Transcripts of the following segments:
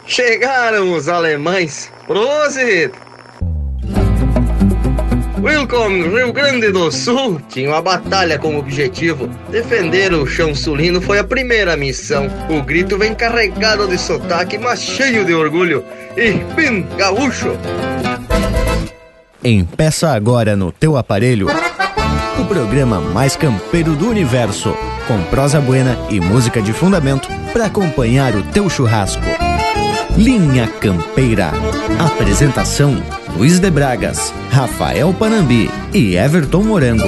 Chegaram os alemães. Prosit! Welcome, Rio Grande do Sul! Tinha uma batalha como objetivo. Defender o chão sulino foi a primeira missão. O grito vem carregado de sotaque, mas cheio de orgulho. E bin gaúcho! Empeça agora no teu aparelho o programa mais campeiro do universo, com prosa buena e música de fundamento para acompanhar o teu churrasco. Linha Campeira. Apresentação: Luiz de Bragas, Rafael Panambi e Everton Morango.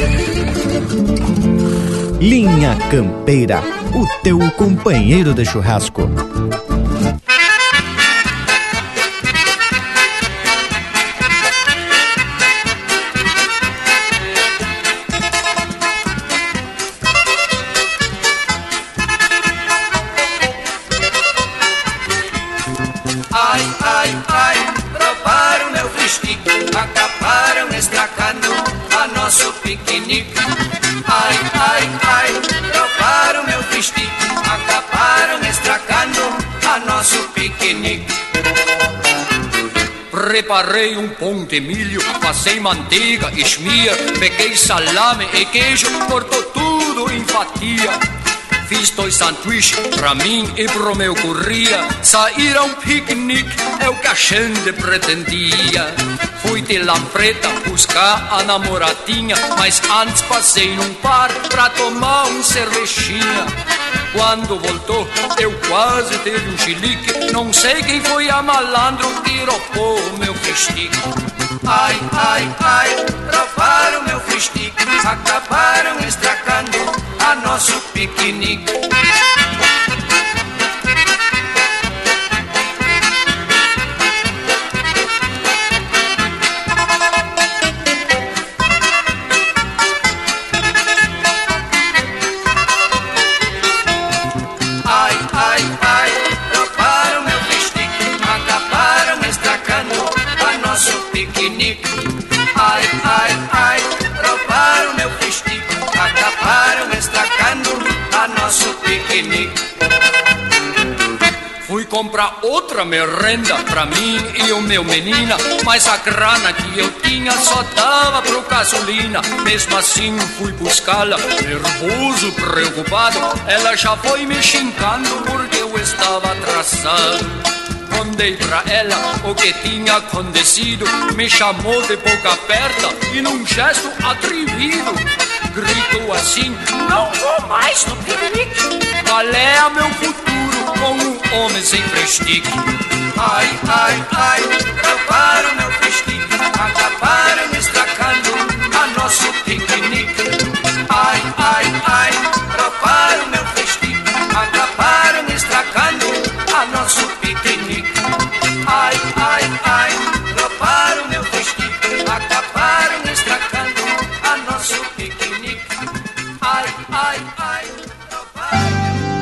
Linha Campeira, o teu companheiro de churrasco. Acabaram estracando a nosso piquenique. Ai, ai, ai, roubaram meu vestido. Acabaram estracando a nosso piquenique. Preparei um pão de milho, passei manteiga e schmier, peguei salame e queijo, cortou tudo em fatia. Fiz 2 sanduíches pra mim e pro meu curria. Sair a um piquenique é o que a gente pretendia. Fui de Lampreta buscar a namoradinha, mas antes passei num bar pra tomar um cervejinha. Quando voltou, eu quase teve um chilique. Não sei quem foi a malandro que roubou o meu festique. Ai, ai, ai, roubaram meu festique. Acabaram estragando a nosso piquenique. Ai, ai, ai, roubaram meu vestido, acabaram estragando a nosso piquenique. Fui comprar outra merenda pra mim e o meu menina, mas a grana que eu tinha só dava pro gasolina. Mesmo assim fui buscá-la, nervoso, preocupado. Ela já foi me xingando porque eu estava atrasado. Contei pra ela o que tinha acontecido. Me chamou de boca aberta e num gesto atrevido gritou assim: não vou mais no piquenique. Qual é meu futuro com um homem sem prestique? Ai, ai, ai, roubaram meu prestique. Acabaram estragando a nosso piquenique. Ai, ai, ai, roubaram meu prestique. Acabaram estragando a nosso piquenique. Ai, ai, ai, roubaram meu vestido. Acabaram estragando a nosso piquenique. Ai, ai, ai, roubaram.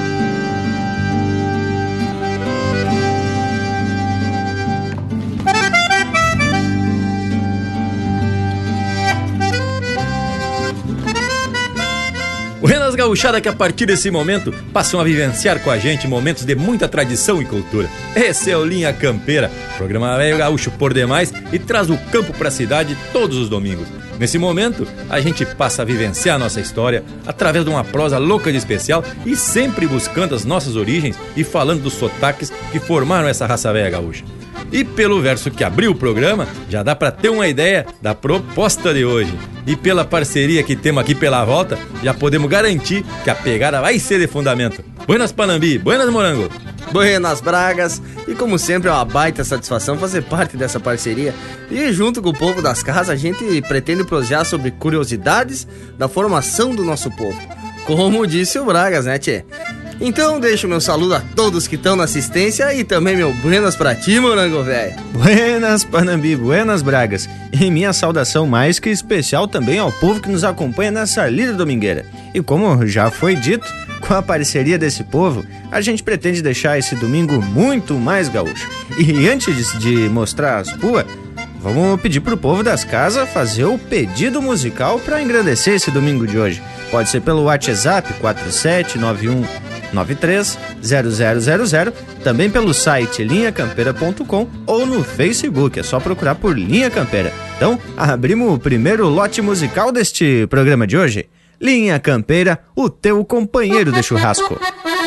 Buenas gauchada que a partir desse momento passam a vivenciar com a gente momentos de muita tradição e cultura. Esse é o Linha Campeira, programa velho gaúcho por demais e traz o campo pra cidade todos os domingos. Nesse momento, a gente passa a vivenciar a nossa história através de uma prosa louca de especial e sempre buscando as nossas origens e falando dos sotaques que formaram essa raça velha gaúcha. E pelo verso que abriu o programa, já dá pra ter uma ideia da proposta de hoje. E pela parceria que temos aqui pela volta, já podemos garantir que a pegada vai ser de fundamento. Buenas Panambi, buenas Morango. Buenas Bragas. E como sempre é uma baita satisfação fazer parte dessa parceria. E junto com o povo das casas a gente pretende prosear sobre curiosidades da formação do nosso povo. Como disse o Bragas, né, tchê? Então deixo meu saludo a todos que estão na assistência e também meu buenas pra ti, Morango velho. Buenas Panambi, buenas Bragas. E minha saudação mais que especial também ao povo que nos acompanha nessa lida domingueira. E como já foi dito, com a parceria desse povo, a gente pretende deixar esse domingo muito mais gaúcho. E antes de mostrar as puas, vamos pedir pro povo das casas fazer o pedido musical para engrandecer esse domingo de hoje. Pode ser pelo WhatsApp 4791 930000, também pelo site linhacampeira.com ou no Facebook, é só procurar por Linha Campeira. Então, abrimos o primeiro lote musical deste programa de hoje. Linha Campeira, o teu companheiro de churrasco.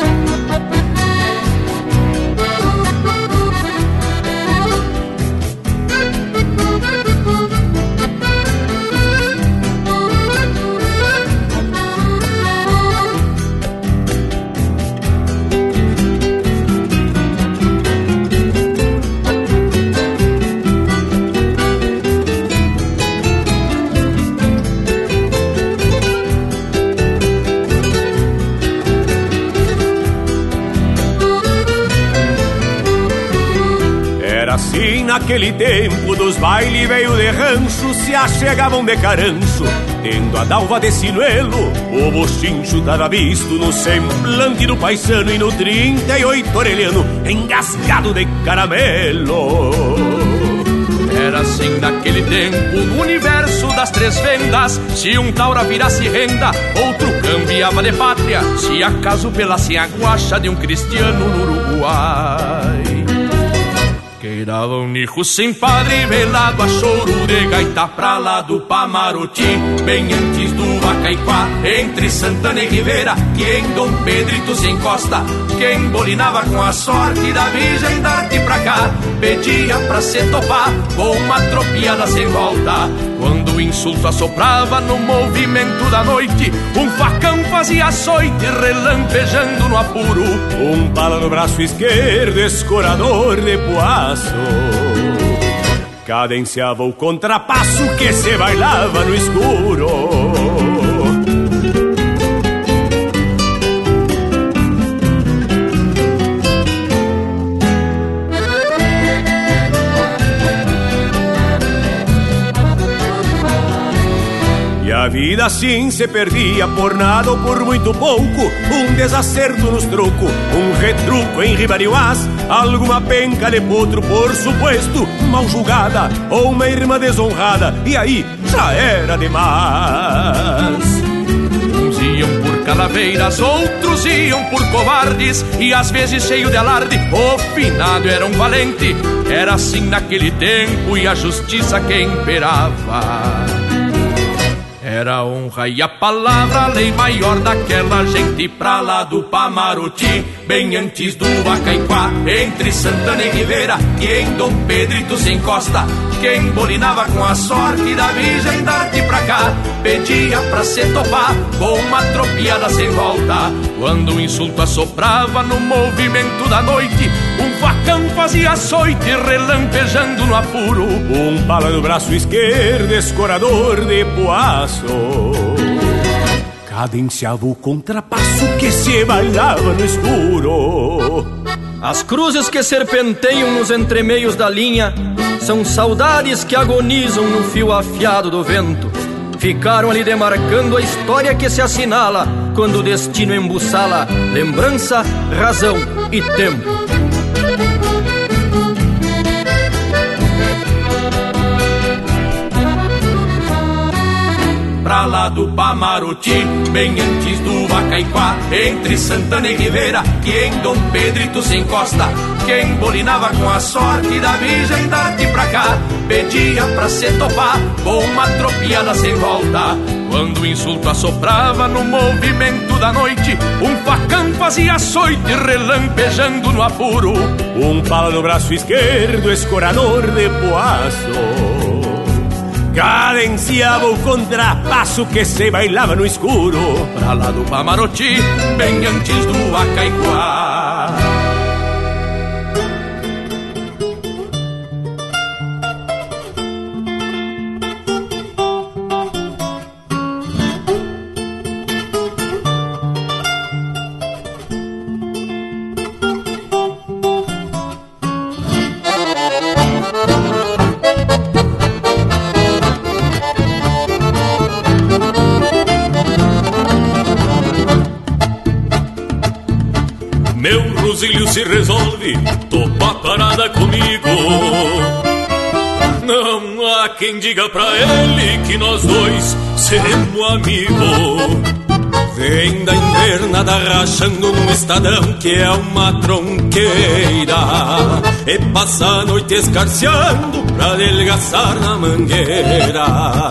Assim naquele tempo dos baile veio de rancho se achegavam de carancho, tendo a dalva de sinuelo, o bochincho tava visto no semblante do paisano e no 38 orelhano engasgado de caramelo. Era assim naquele tempo, no universo das três vendas. Se um taura virasse renda, outro cambiava de pátria, se acaso pelasse a guacha de um cristiano no Uruguai. Queirava um nicho sem padre, velado a choro de gaita pra lá do Pamaroti, bem antes do Vacaiquá, entre Santana e Rivera, que em Dom Pedrito se encosta. Quem bolinava com a sorte da Virgem darte pra cá, pedia pra se topar com uma tropiada sem volta. Quando o insulto assoprava no movimento da noite, um facão fazia açoite relampejando no apuro. Um bala no braço esquerdo, escorador de poaço, cadenciava o contrapasso que se bailava no escuro. A vida assim se perdia por nada ou por muito pouco, um desacerto nos trocos, um retruco em ribarioás, alguma penca de potro por suposto, mal julgada, ou uma irmã desonrada, e aí já era demais. Uns iam por calaveiras, outros iam por covardes, e às vezes cheio de alarde, o finado era um valente. Era assim naquele tempo e a justiça que imperava. Era a honra e a palavra, a lei maior daquela gente pra lá do Pamaroti, bem antes do Vacaiquá, entre Santana e Rivera, que em Dom Pedrito se encosta. Quem bolinava com a sorte da Virgem darte pra cá, pedia pra se topar com uma tropiada sem volta. Quando o insulto assoprava no movimento da noite, um facão fazia açoite relampejando no apuro. Um bala no braço esquerdo, escorador de poaço, cadenciava o contrapasso que se bailava no escuro. As cruzes que serpenteiam nos entremeios da linha são saudades que agonizam no fio afiado do vento. Ficaram ali demarcando a história que se assinala quando o destino embuçala lembrança, razão e tempo. Pra lá do Pamaroti, bem antes do Vacaiquá, entre Santana e Rivera, que em Dom Pedrito se encosta. Quem bolinava com a sorte da Virgem darte pra cá, pedia pra se topar com uma tropiada sem volta. Quando o insulto assoprava no movimento da noite, um facão fazia açoite relampejando no apuro. Um pala no braço esquerdo, escorador de poaço, cadenciava o contrapasso que se bailava no escuro. Pra lá do Pamaroti, bem antes do Vacaiquá. Se resolve topar parada comigo. Não há quem diga pra ele que nós dois seremos amigos. Vem da invernada rachando num estadão que é uma tronqueira, e passa a noite escarceando pra adelgaçar na mangueira.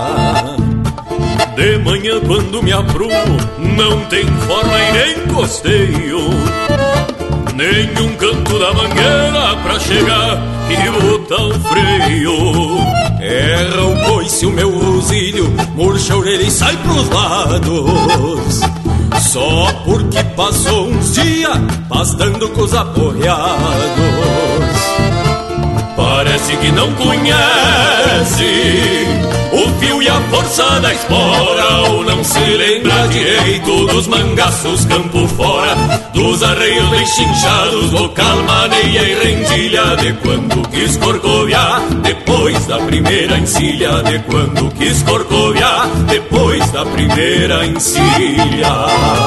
De manhã quando me aprumo, não tem forma e nem costeio, nenhum canto da mangueira pra chegar e botar o freio. Erra o coice o meu rosilho, murcha a orelha e sai pros lados, só porque passou uns dias pastando com os aporreados. Parece que não conhece o fio e a força da espora, ou não se lembra direito dos mangaços campo fora, dos arreios bem chinchados, bocal, maneia e rendilha, de quando quis corcoviar, depois da primeira encilha, de quando quis corcoviar, depois da primeira encilha.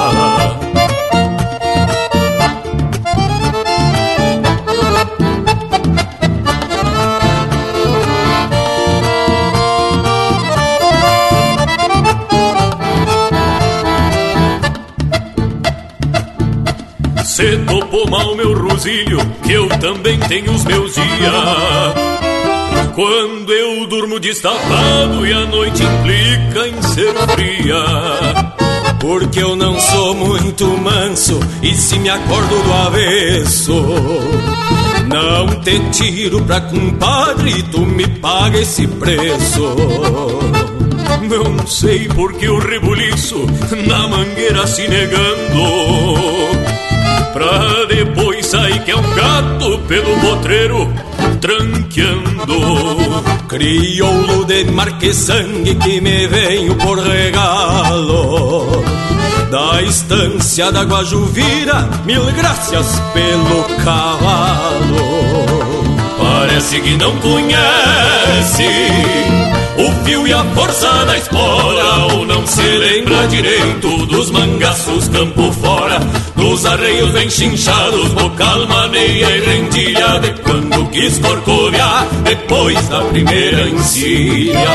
Cê topou mal meu rosilho, que eu também tenho os meus dias, quando eu durmo destapado e a noite implica em ser fria. Porque eu não sou muito manso, e se me acordo do avesso, não te tiro pra compadre e tu me paga esse preço. Não sei por que o rebuliço na mangueira se negando, pra depois sair que é um gato pelo potreiro tranqueando. Crioulo de marquesangue que me venho por regalo da estância da Guajuvira, mil graças pelo cavalo. Parece que não conhece o fio e a força da espora, ou não se lembra direito dos mangaços campo fora, dos arreios bem chinchados, bocal, maneia e rendilha, de quando quis corcoviar, depois da primeira encilha.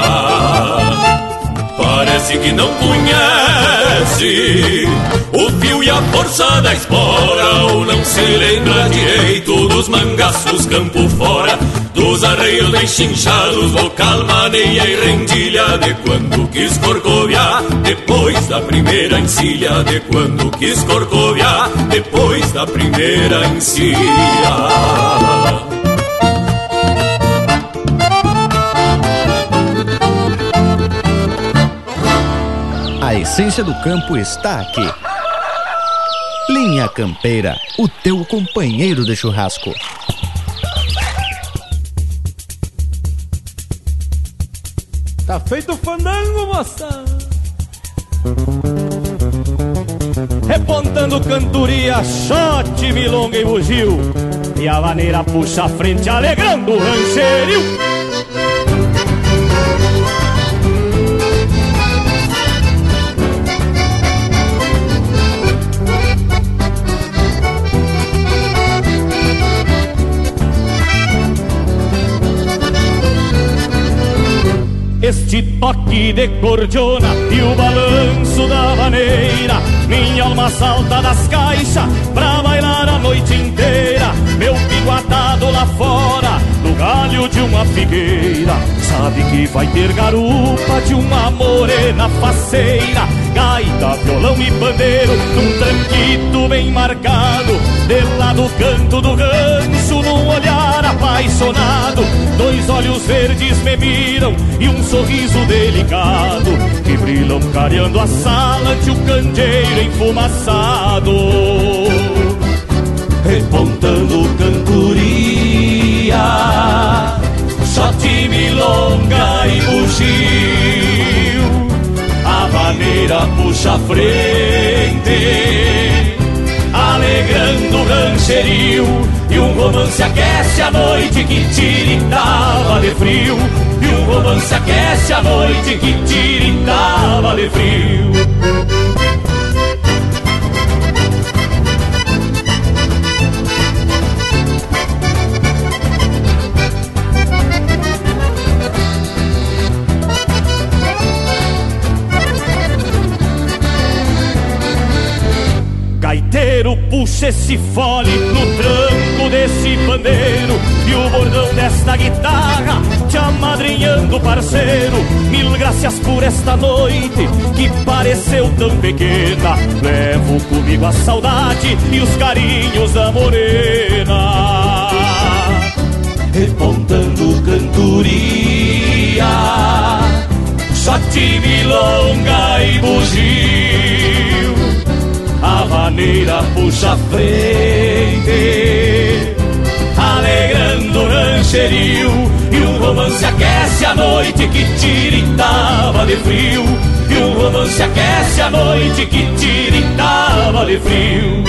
Parece que não conhece o fio e a força da espora, ou não se lembra direito dos mangaços campo fora, dos arreios bem chinchados, bocal, maneia e rendilha, de quando quis corcoviar, depois da primeira encilha, de quando quis corcoviar, depois da primeira encilha. A essência do campo está aqui. Linha Campeira, o teu companheiro de churrasco. Tá feito o fandango, moça! Repontando cantoria, shot, milonga e bugio, e a vaneira puxa a frente alegrando o rancherio. Este toque de cordiona e o balanço da vaneira, minha alma salta das caixas pra bailar a noite inteira. Meu pingo atado lá fora, no galho de uma figueira, sabe que vai ter garupa de uma morena faceira. Gaita, violão e pandeiro, num tranquito bem marcado, de lá do canto do rancho, num olhar apaixonado. Dois olhos verdes me miram e um sorriso delicado, que brilham careando a sala ante o candeeiro enfumaçado. Repontando cantoria, shot, milonga e bugio, a vaneira puxa a frente, alegrando o rancherio. E um romance aquece a noite que tiritava de frio, e um romance aquece a noite que tiritava de frio. Deixa esse fole no tranco desse pandeiro e o bordão desta guitarra te amadrinhando, parceiro. Mil graças por esta noite que pareceu tão pequena. Levo comigo a saudade e os carinhos da morena. Repontando cantoria, shot, milonga e bugio, a vaneira puxa a frente, alegrando o rancherio. E um romance aquece a noite que tiritava de frio. E um romance aquece a noite que tiritava de frio.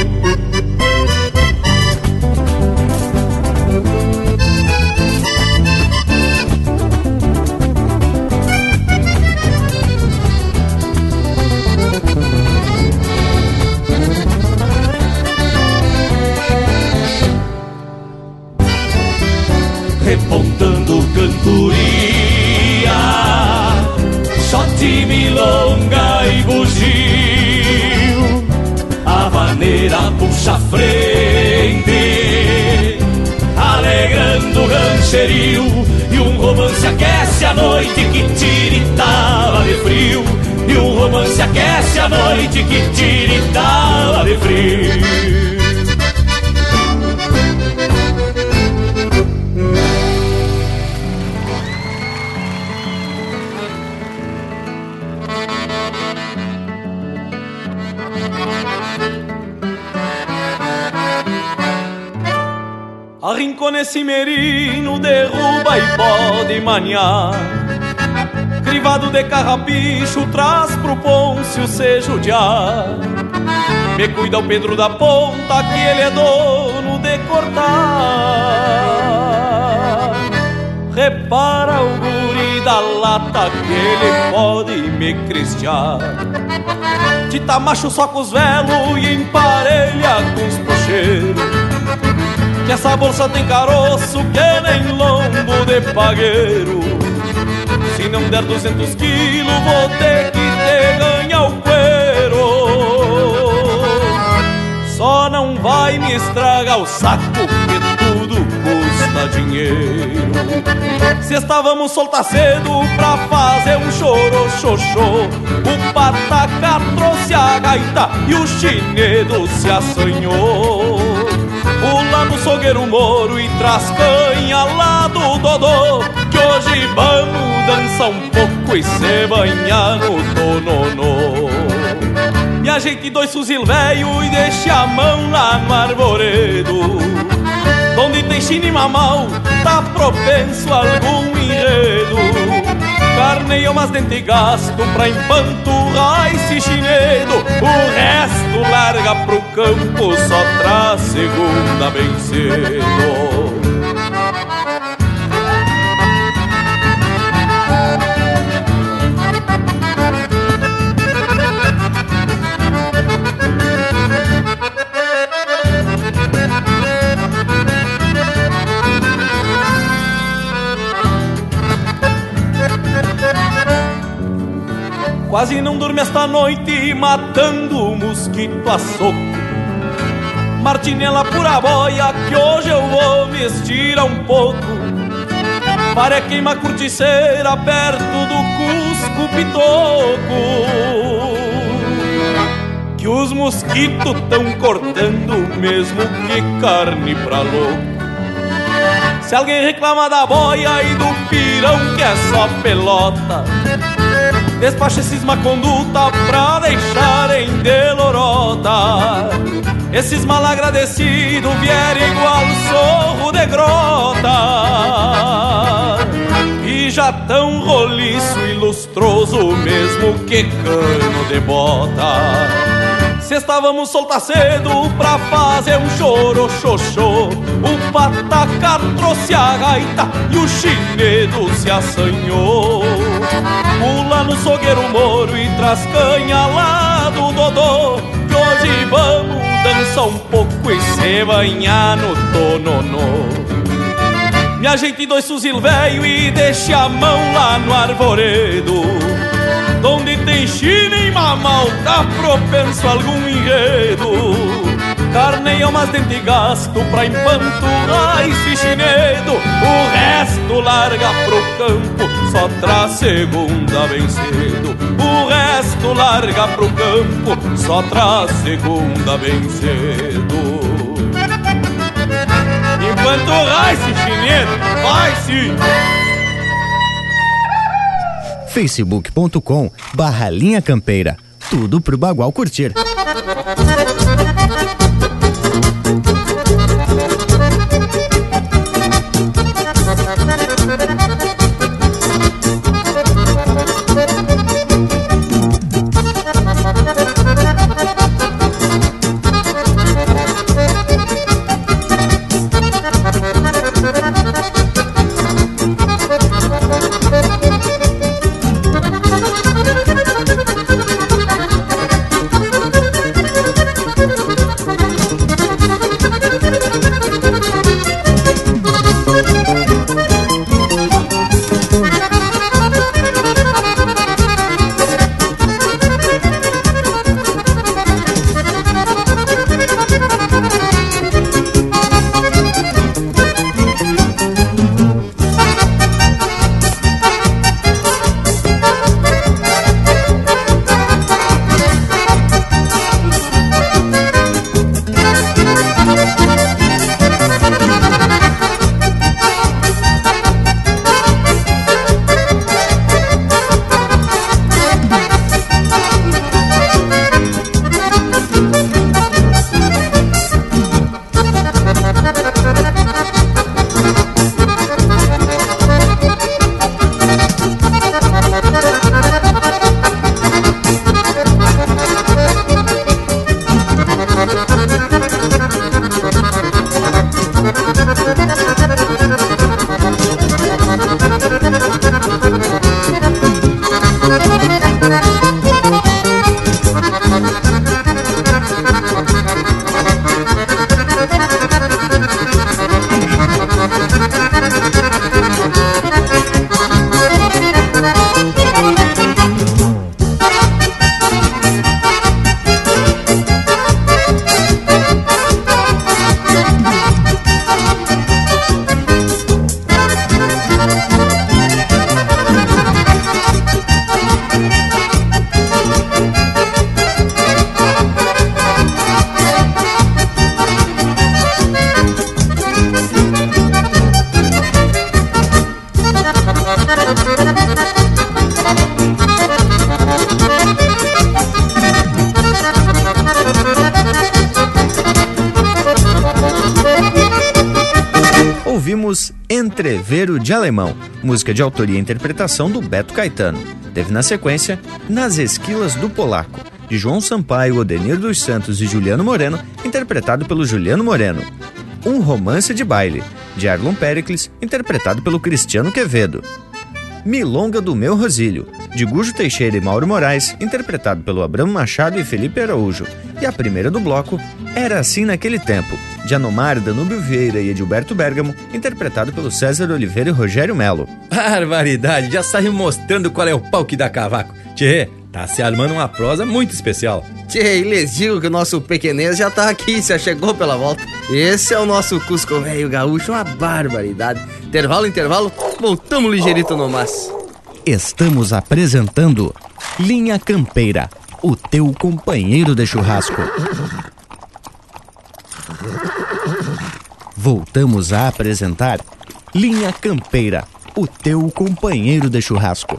Repontando cantoria, shot, milonga e bugio, a vaneira puxa a frente, alegrando o rancherio. E um romance aquece a noite que tiritava de frio. E um romance aquece a noite que tiritava de frio. Arrincona esse merino, derruba e pode maniar. Crivado de carrapicho, traz pro Pôncio se judiar. Me cuida o Pedro da Ponta, que ele é dono de cortar. Repara o guri da lata, que ele pode me cristiar. Tita macho só com os velos e emparelha com os puxeiros. Que essa bolsa tem caroço que nem lombo de pagueiro. Se não der 200 quilos, vou ter que te ganhar o cuero. Só não vai me estragar o saco, que tudo custa dinheiro. Se estávamos soltar cedo pra fazer um choro xoxô, o pataca trouxe a gaita e o chinedo se assanhou. Pula no sogueiro moro e traz canha lá do Dodô, que hoje vamos dançar um pouco e se banhar no tononô. Me ajeite 2 fuzil velho e deixe a mão lá no arvoredo. Donde tem chine e mamau, tá propenso a algum enredo. Carneia umas dente e gasto pra empanturrar esse chinedo. O resto larga pro campo, só traz segunda bem cedo. Quase não dorme esta noite, matando o mosquito a soco. Martinela pura boia, que hoje eu vou me estirar um pouco. Para queimar corticeira perto do Cusco Pitoco, que os mosquitos tão cortando mesmo que carne pra louco. Se alguém reclama da boia e do pirão que é só pelota, despacha esses má conduta pra deixarem de lorota. Esses mal agradecidos vierem igual sorro de grota, e já tão roliço e lustroso mesmo que cano de bota. Se estávamos soltar cedo pra fazer um choro xoxô, o pataca trouxe a gaita e o chinedo se assanhou. Pula no sogueiro moro e traz canha lá do Dodô, que hoje vamos dançar um pouco e se banhar no tononô. Me ajeite 2 fuzil velho e deixe a mão lá no arvoredo. Donde tem china e mamau, tá propenso a algum enredo. carneia umas dente gasto pra empanturrar esse chinedo. O resto larga pro campo, só traz segunda bem cedo. O resto larga pro campo, só traz segunda bem cedo. Empanturrar esse chinedo, vai sim! facebook.com/Linha Campeira. Tudo pro Bagual curtir. Ouvimos Entreveiro de Alemão, música de autoria e interpretação do Beto Caetano. Teve na sequência Nas Esquilas do Polaco, de João Sampaio, Odenir dos Santos e Juliano Moreno, interpretado pelo Juliano Moreno. Um Romance de Baile, de Arlon Pericles, interpretado pelo Cristiano Quevedo. Milonga do Meu Rosílio, de Gujo Teixeira e Mauro Moraes, interpretado pelo Abramo Machado e Felipe Araújo. E a primeira do bloco, Era Assim Naquele Tempo, de Anomar, Danúbio Vieira e Edilberto Bergamo, interpretado pelo César Oliveira e Rogério Melo. Barbaridade, já saiu mostrando qual é o pau que dá cavaco. Tchê, tá se armando uma prosa muito especial. Tchê, e lhes digo que o nosso pequenês já tá aqui, já chegou pela volta. Esse é o nosso Cusco Velho Gaúcho, uma barbaridade. Intervalo, voltamos ligeirito no mas. Estamos apresentando Linha Campeira, o teu companheiro de churrasco. Voltamos a apresentar Linha Campeira, o teu companheiro de churrasco.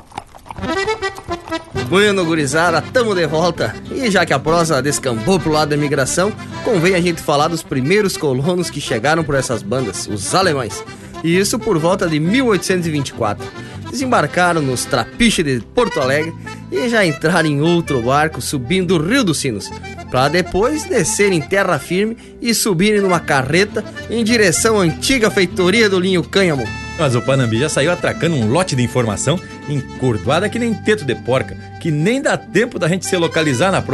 Bueno, gurizada, tamo de volta. E já que a prosa descambou pro lado da imigração, convém a gente falar dos primeiros colonos que chegaram por essas bandas, os alemães. E isso por volta de 1824. Desembarcaram nos trapiches de Porto Alegre e já entraram em outro barco subindo o Rio dos Sinos, para depois descerem em terra firme e subirem numa carreta em direção à antiga feitoria do Linho Cânhamo. Mas o Panambi já saiu atracando um lote de informação encurdoada que nem teto de porca, que nem dá tempo da gente se localizar na prosa.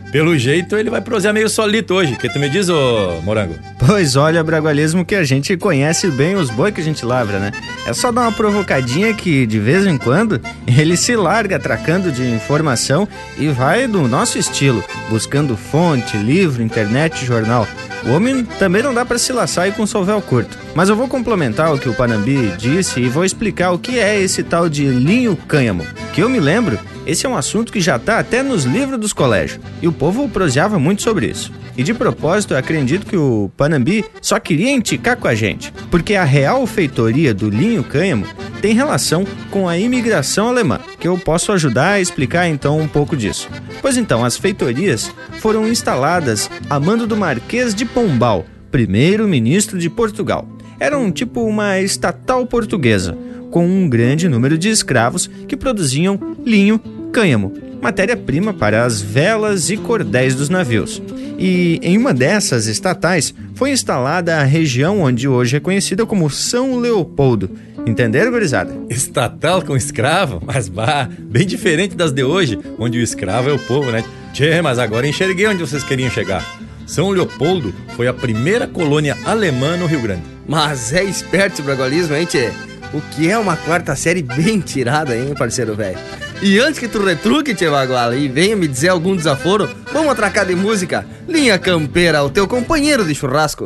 Pelo jeito ele vai prosear meio solito hoje. O que tu me diz, ô Morango? Pois olha, Bragualismo, que a gente conhece bem os boi que a gente lavra, né? É só dar uma provocadinha que, de vez em quando, ele se larga atracando de informação e vai do nosso estilo, buscando fonte, livro, internet, jornal. O homem também não dá pra se laçar aí com solvéu curto. Mas eu vou complementar o que o Panambi disse e vou explicar o que é esse tal de linho cânhamo. Que eu me lembro, esse é um assunto que já tá até nos livros dos colégios. E o povo proseava muito sobre isso. E de propósito, eu acredito que o Panambi só queria enticar com a gente. Porque a real feitoria do linho cânhamo tem relação com a imigração alemã, que eu posso ajudar a explicar então um pouco disso. Pois então, as feitorias foram instaladas a mando do Marquês de Pombal, primeiro-ministro de Portugal. Eram tipo uma estatal portuguesa, com um grande número de escravos que produziam linho cânhamo, matéria-prima para as velas e cordéis dos navios. E em uma dessas estatais foi instalada a região onde hoje é conhecida como São Leopoldo. Entenderam, gurizada? Estatal com escravo? Mas bem diferente das de hoje, onde o escravo é o povo, né? Tchê, mas agora enxerguei onde vocês queriam chegar. São Leopoldo foi a primeira colônia alemã no Rio Grande. Mas é esperto esse bragualismo, hein, tchê? O que é uma quarta série bem tirada, hein, parceiro velho? E antes que tu retruque, tchê Baguala, e venha me dizer algum desaforo, vamos atracar de música. Linha Campeira, o teu companheiro de churrasco.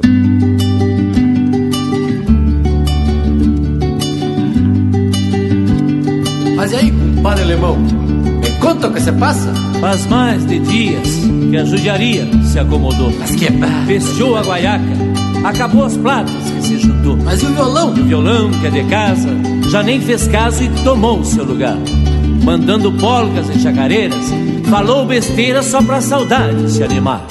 Mas e aí, compadre alemão? Me conta o que se passa? Faz mais de dias que a judiaria se acomodou. Mas que pá! Fechou a guaiaca, acabou as platas que se juntou. Mas e o violão? E o violão, que é de casa, já nem fez caso e tomou o seu lugar. Mandando polcas e chacareiras, falou besteira só pra saudade se animar.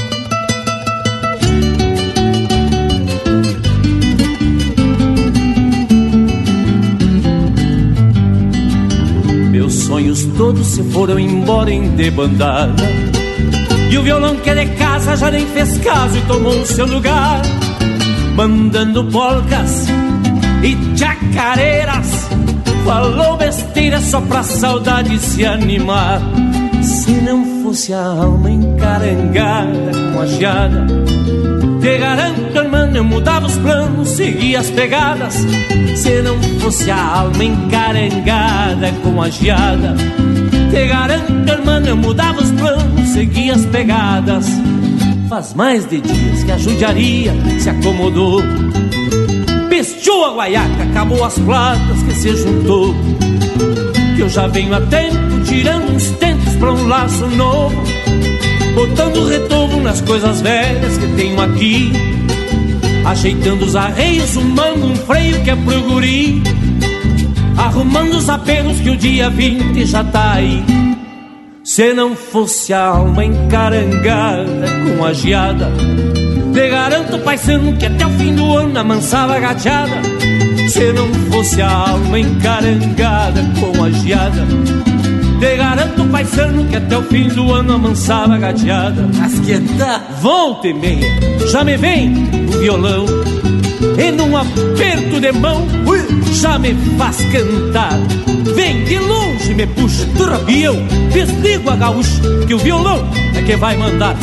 Meus sonhos todos se foram embora em debandada, e o violão que é de casa já nem fez caso e tomou o seu lugar. Mandando polcas e chacareiras, falou besteira só pra saudade se animar. Se não fosse a alma encarangada com a geada, te garanto, irmão, eu mudava os planos, seguia as pegadas. Se não fosse a alma encarangada com a geada, te garanto, irmão, eu mudava os planos, seguia as pegadas. Faz mais de dias que a judiaria se acomodou. Pestou a guaiaca, acabou as platas que se juntou. Que eu já venho a tempo tirando uns tentos pra um laço novo, botando retorno nas coisas velhas que tenho aqui, ajeitando os arreios, sumando um freio que é pro guri, arrumando os apelos que o dia 20 já tá aí. Se não fosse a alma encarangada com a geada, te garanto, paisano, que até o fim do ano amansava a gateada. Se não fosse a alma encarangada com a geada, te garanto, paisano, que até o fim do ano amansava a gateada. Mas que tá? Volta e meia, já me vem o violão, e num aperto de mão, já me faz cantar. Vem de longe, me puxa, e eu desligo a gaúcha, que o violão é que vai mandar.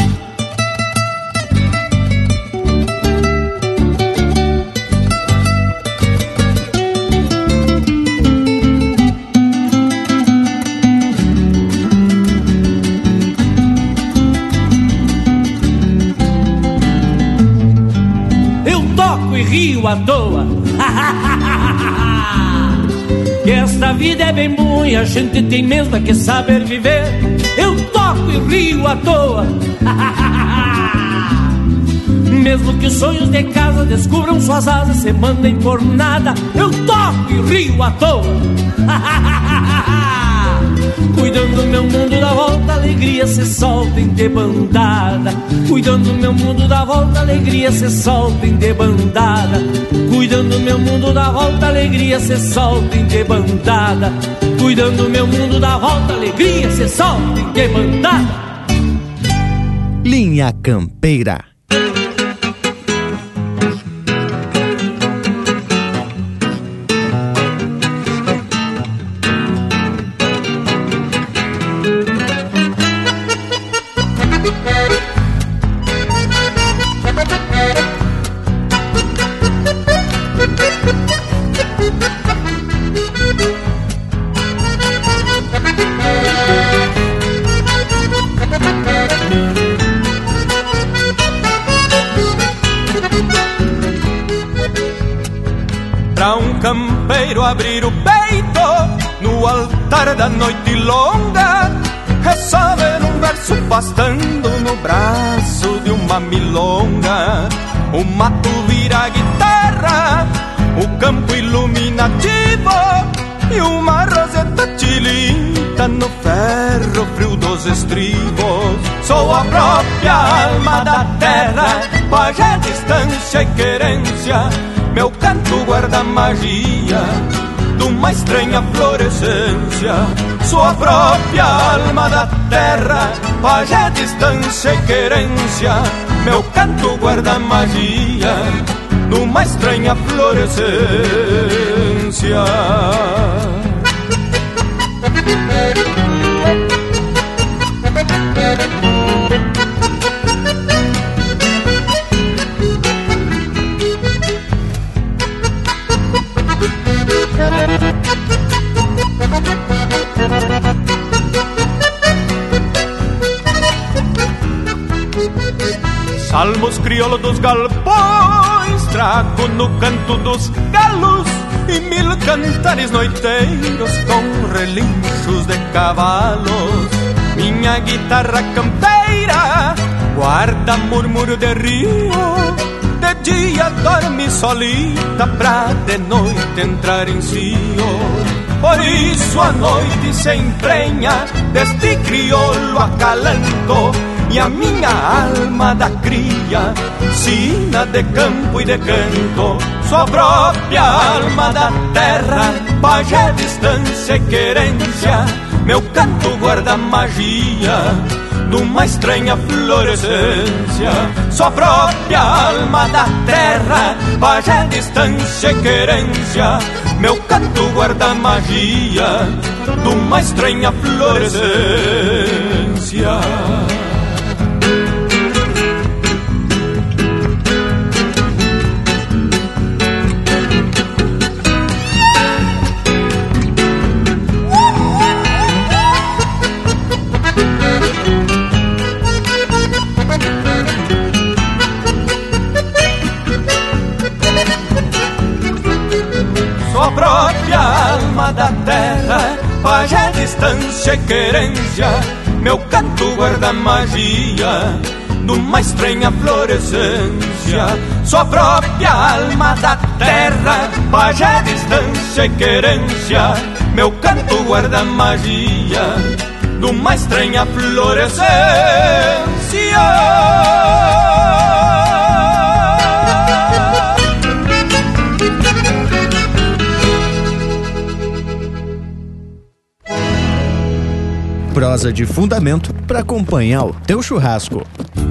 Rio à toa. Que esta vida é bem boa e a gente tem mesmo que saber viver. Eu toco e rio à toa. Mesmo que os sonhos de casa descubram suas asas, se mandem por nada, eu toco e rio à toa. Cuidando meu mundo da volta, alegria se solta em debandada. Cuidando meu mundo da volta, alegria se solta em debandada. Cuidando meu mundo da volta, alegria se solta em debandada. Cuidando meu mundo da volta, alegria se solta em debandada. Linha Campeira. pra um campeiro abrir o peito no altar da noite longa. É só ver um verso pastando no braço de uma milonga. O mato vira guitarra, o campo iluminativo, e uma roseta tilinta no ferro frio dos estribos. Sou a própria alma da terra, pajé, distância e querência. Meu canto guarda magia de uma estranha florescência. Sou a própria alma da terra, pajé, distância e querência. Meu canto guarda magia de uma estranha florescência. Salmos crioulos dos galpões trago no canto dos galos, e 1000 cantares noiteiros com relinchos de cavalos. Minha guitarra campeira guarda murmúrio de rio, de dia dorme solita pra de noite entrar em cio. Por isso a noite se emprenha deste crioulo acalanto, e a minha alma da cria sina de campo e de canto. Sou a própria alma da terra, pajé, distância e querência. Meu canto guarda magia de uma estranha florescência. Sou a própria alma da terra, pajé, distância e querência. Meu canto guarda magia de uma estranha florescência. A própria alma da terra, pajé, distância e querência. Meu canto guarda magia de uma estranha florescência. Sou a própria alma da terra, pajé, distância e querência. Meu canto guarda magia de uma estranha florescência. Prosa de fundamento para acompanhar o teu churrasco.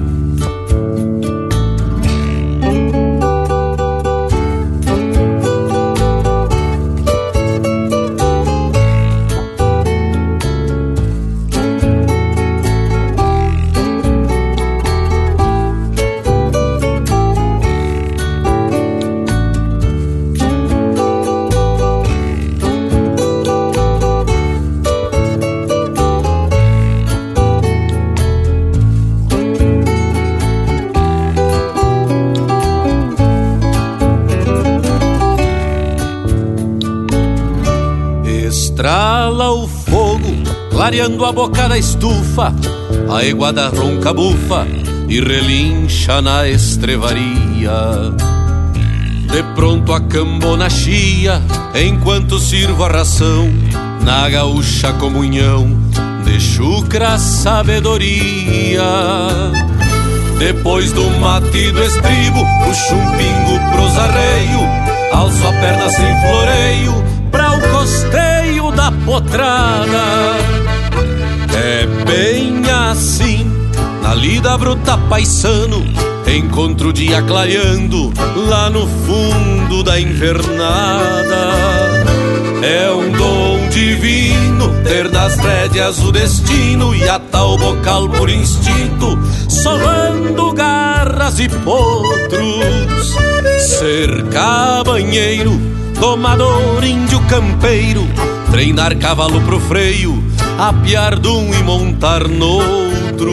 Estrala o fogo, clareando a boca da estufa, a iguada ronca bufa e relincha na estrevaria. De pronto a cambona chia, enquanto sirvo a ração, na gaúcha comunhão de chucra sabedoria. Depois do mate e do estribo, puxo um pingo pros arreios, alço a perna sem floreio pra o costeio da potrada. É bem assim, na lida bruta paisano, encontro o dia clareando lá no fundo da invernada. É um dom divino ter nas rédeas o destino e atar o bocal por instinto, solando garras e potros. Ser cabanheiro, domador, índio campeiro, treinar cavalo pro freio, apiar de um e montar noutro.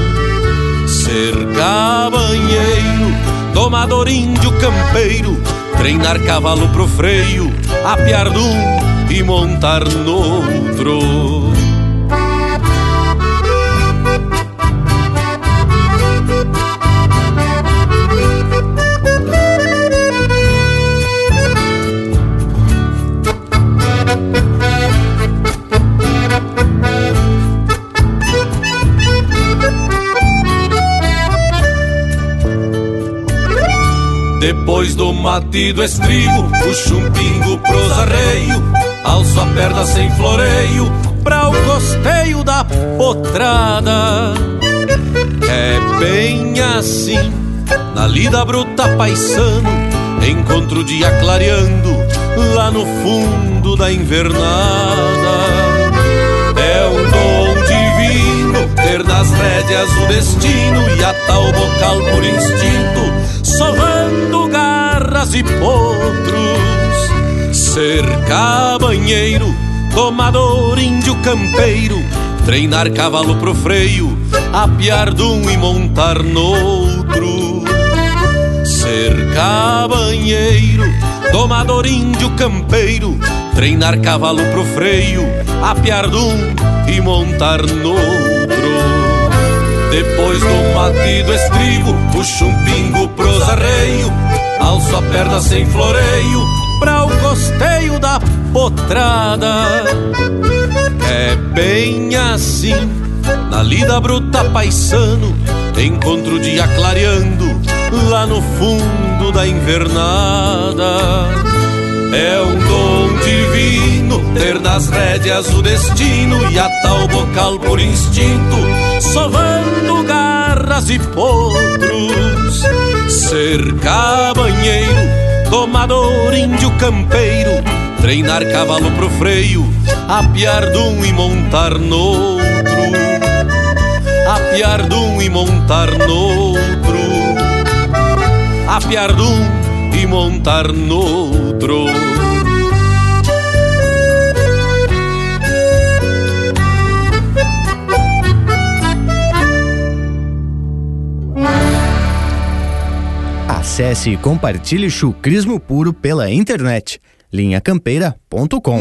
Ser cabanheiro, domador, índio campeiro, treinar cavalo pro freio, apiar de um e montar no outro. Depois do mate do estribo, puxo um pingo pros arreios, alço a perna sem floreio pra o costeio da potrada. É bem assim, na lida bruta paisano, encontro o dia clareando lá no fundo da invernada. É um dom divino ter nas rédeas o destino e atar o bocal por instinto, sovando garras e potros. Ser cabanheiro, domador, índio campeiro, treinar cavalo pro freio, apiar de um e montar no outro. Ser cabanheiro, domador, índio campeiro, treinar cavalo pro freio, apiar de um e montar no outro. Depois do mate do estribo, puxo um pingo pros arreios, alço a perna sem floreio pra o costeio da potrada. É bem assim, na lida bruta paisano, encontro o dia clareando lá no fundo da invernada. É um dom divino ter nas rédeas o destino e atar o bocal por instinto, sovando garras e potros. Ser cabanheiro, domador, índio campeiro, treinar cavalo pro freio, apiar de um e montar no outro. Apiar de um e montar no outro. Apiar de um e montar no outro. Acesse e compartilhe chucrismo puro pela internet. linhacampeira.com.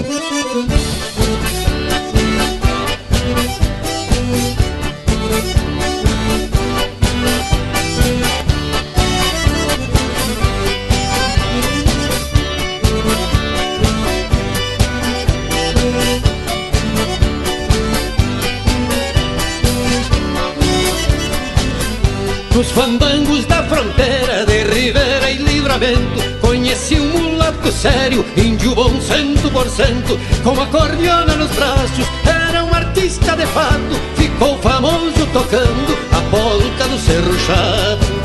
Nos fandangos da fronteira de Ribeira e Livramento, conheci um mulato sério, índio bom 100%, com acordeona nos braços, era um artista de fato, ficou famoso tocando a polca do Cerro Chato.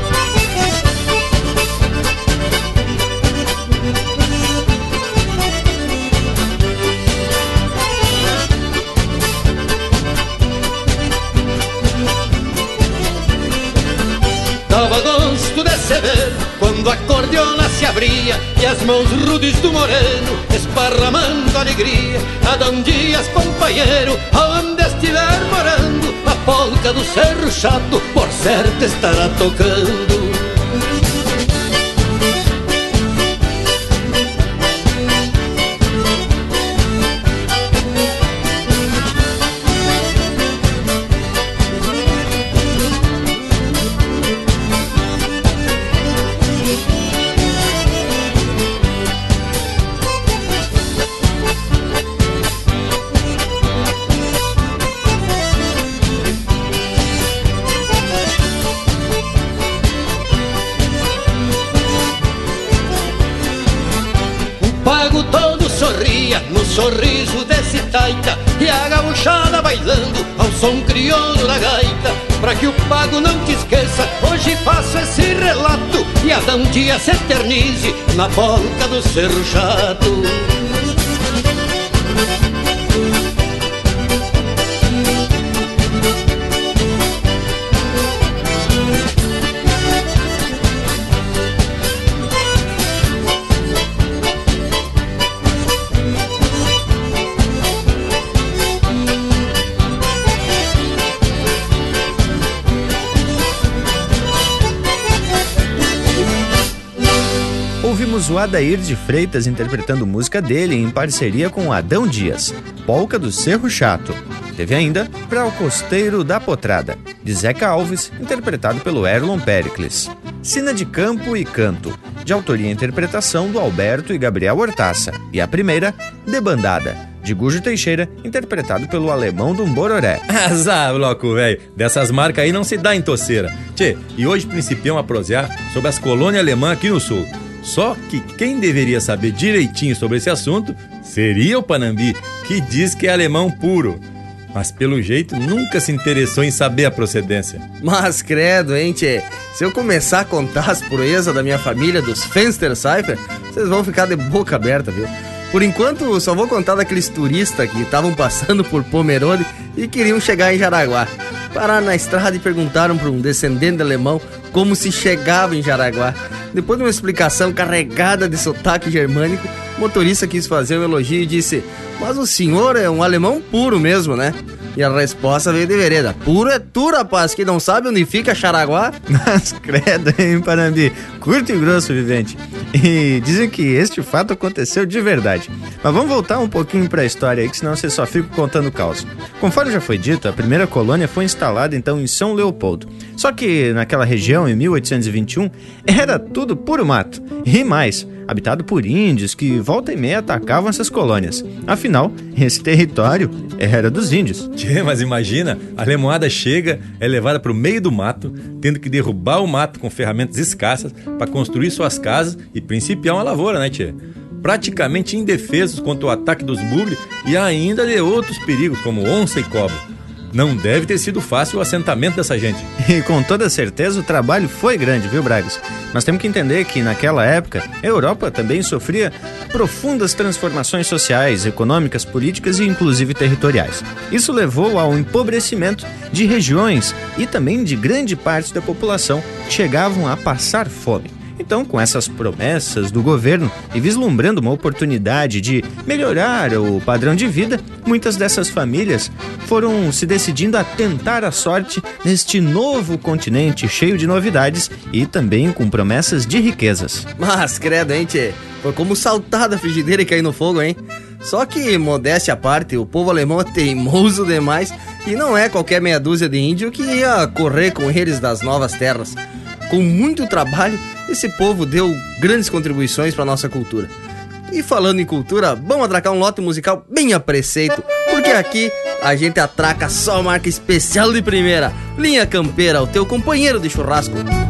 Dava gosto de se ver quando a acordeona se abria e as mãos rudes do moreno esparramando alegria. Adão Dias, companheiro, aonde estiver morando, a polca do Cerro Chato por certo estará tocando. No sorriso desse taita e a gauchada bailando ao som crioulo da gaita. Pra que o pago não te esqueça, hoje faço esse relato e Adão Dias se eternize na polca do Cerro Chato. ouvimos o Adair de Freitas interpretando música dele em parceria com Adão Dias, Polca do Cerro Chato. Teve ainda Pra o Costeiro da Potrada, de Zeca Alves, interpretado pelo Erlon Pericles. Sina de Campo e Canto, de autoria e interpretação do Alberto e Gabriel Hortaça. E a primeira, Debandada, de Gujo Teixeira, interpretado pelo Alemão do Bororé. Azar, louco, velho. Dessas marcas aí não se dá em toceira. Tchê, e hoje principiamos a prosear sobre as colônias alemãs aqui no sul. Só que quem deveria saber direitinho sobre esse assunto seria o Panambi, que diz que é alemão puro. Mas pelo jeito nunca se interessou em saber a procedência. Mas credo, hein, tchê? Se eu começar a contar as proezas da minha família, dos Fensterseifer, vocês vão ficar de boca aberta, viu? Por enquanto, só vou contar daqueles turistas que estavam passando por Pomerode e queriam chegar em Jaraguá. Pararam na estrada e perguntaram para um descendente alemão como se chegava em Jaraguá. Depois de uma explicação carregada de sotaque germânico, o motorista quis fazer um elogio e disse: "Mas o senhor é um alemão puro mesmo, né?" E a resposta veio de vereda: "Puro é tu, rapaz, que não sabe onde fica Jaraguá." Mas credo, hein, Panambi? Curto e grosso, vivente. E dizem que este fato aconteceu de verdade. Mas vamos voltar um pouquinho para a história aí, que senão você só fica contando caos. Conforme já foi dito, a primeira colônia foi instalada então em São Leopoldo. Só que naquela região, em 1821, era tudo puro mato. E mais, habitado por índios que volta e meia atacavam essas colônias. Afinal, esse território era dos índios. Tchê, mas imagina, a lemoada chega, é levada para o meio do mato, tendo que derrubar o mato com ferramentas escassas para construir suas casas e principiar uma lavoura, né, tchê? Praticamente indefesos contra o ataque dos bugre e ainda de outros perigos como onça e cobra. Não deve ter sido fácil o assentamento dessa gente. E com toda certeza o trabalho foi grande, viu, Bragas? Mas temos que entender que naquela época a Europa também sofria profundas transformações sociais, econômicas, políticas e inclusive territoriais. Isso levou ao empobrecimento de regiões e também de grande parte da população que chegavam a passar fome. Então, com essas promessas do governo e vislumbrando uma oportunidade de melhorar o padrão de vida, muitas dessas famílias foram se decidindo a tentar a sorte neste novo continente cheio de novidades e também com promessas de riquezas. Mas, credo, hein, tchê? Foi como saltar da frigideira e cair no fogo, hein? Só que, modéstia à parte, o povo alemão é teimoso demais e não é qualquer meia dúzia de índio que ia correr com eles das novas terras. Com muito trabalho, esse povo deu grandes contribuições para nossa cultura. E falando em cultura, vamos atracar um lote musical bem a preceito, porque aqui a gente atraca só marca especial de primeira. Linha Campeira, o teu companheiro de churrasco.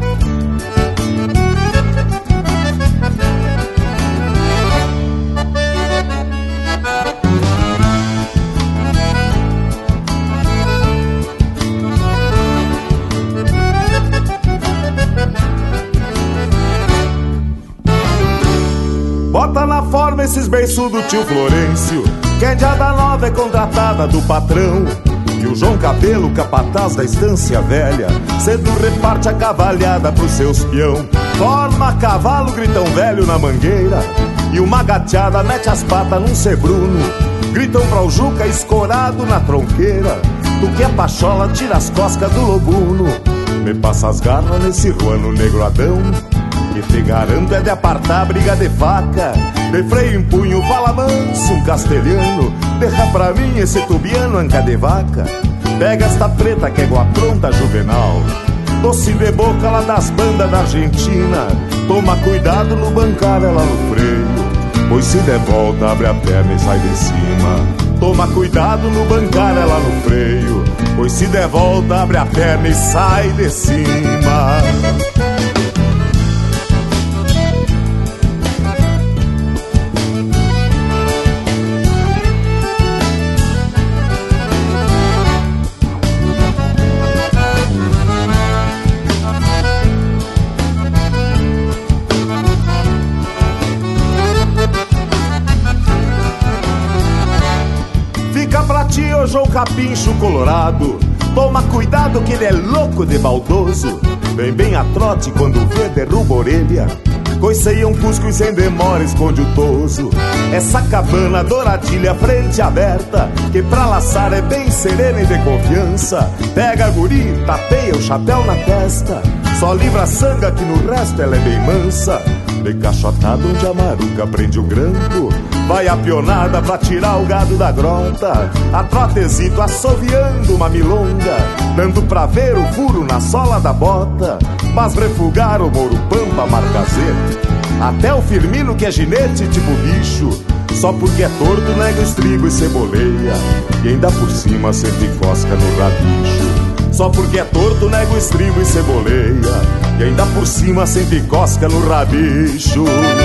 Bota na forma esses beiços do tio Florencio, que é diada nova, é contratada do patrão. E o João Cabelo, capataz da estância velha, cedo reparte a cavalhada pros seus peão. Forma cavalo, gritão velho na mangueira, e uma gateada mete as patas num sebruno. Gritam pra o Juca escorado na tronqueira, tu que é pachola, tira as coscas do lobuno. Me passa as garras nesse ruano negro Adão, que te garanto é de apartar a briga de faca. De freio em punho, fala manso, um castelhano, deixa pra mim esse tubiano, anca de vaca. Pega esta preta que é igual a pronta juvenal, doce de boca lá das bandas da Argentina. Toma cuidado no bancar ela no freio, pois se der volta abre a perna e sai de cima. Toma cuidado no bancar ela no freio, pois se der volta abre a perna e sai de cima. Ô João Capincho colorado, toma cuidado que ele é louco de baldoso. Vem bem a trote quando vê derruba a orelha, coiceia um cusco e sem demora esconde o toso. Essa cabana douradilha frente aberta, que pra laçar é bem serena e de confiança. Pega a guri, tapeia o chapéu na testa, só livra a sanga que no resto ela é bem mansa. de cachotada onde a maruca prende o grampo. Vai a pionada pra tirar o gado da grota, a trotezito assoviando uma milonga, dando pra ver o furo na sola da bota. Mas refugar o Mouro Pampa marcazete, até o Firmino que é ginete tipo bicho, só porque é torto nega estribo e ceboleia, e ainda por cima sempre cosca no rabicho. Só porque é torto nega o estribo e ceboleia, e ainda por cima sempre cosca no rabicho.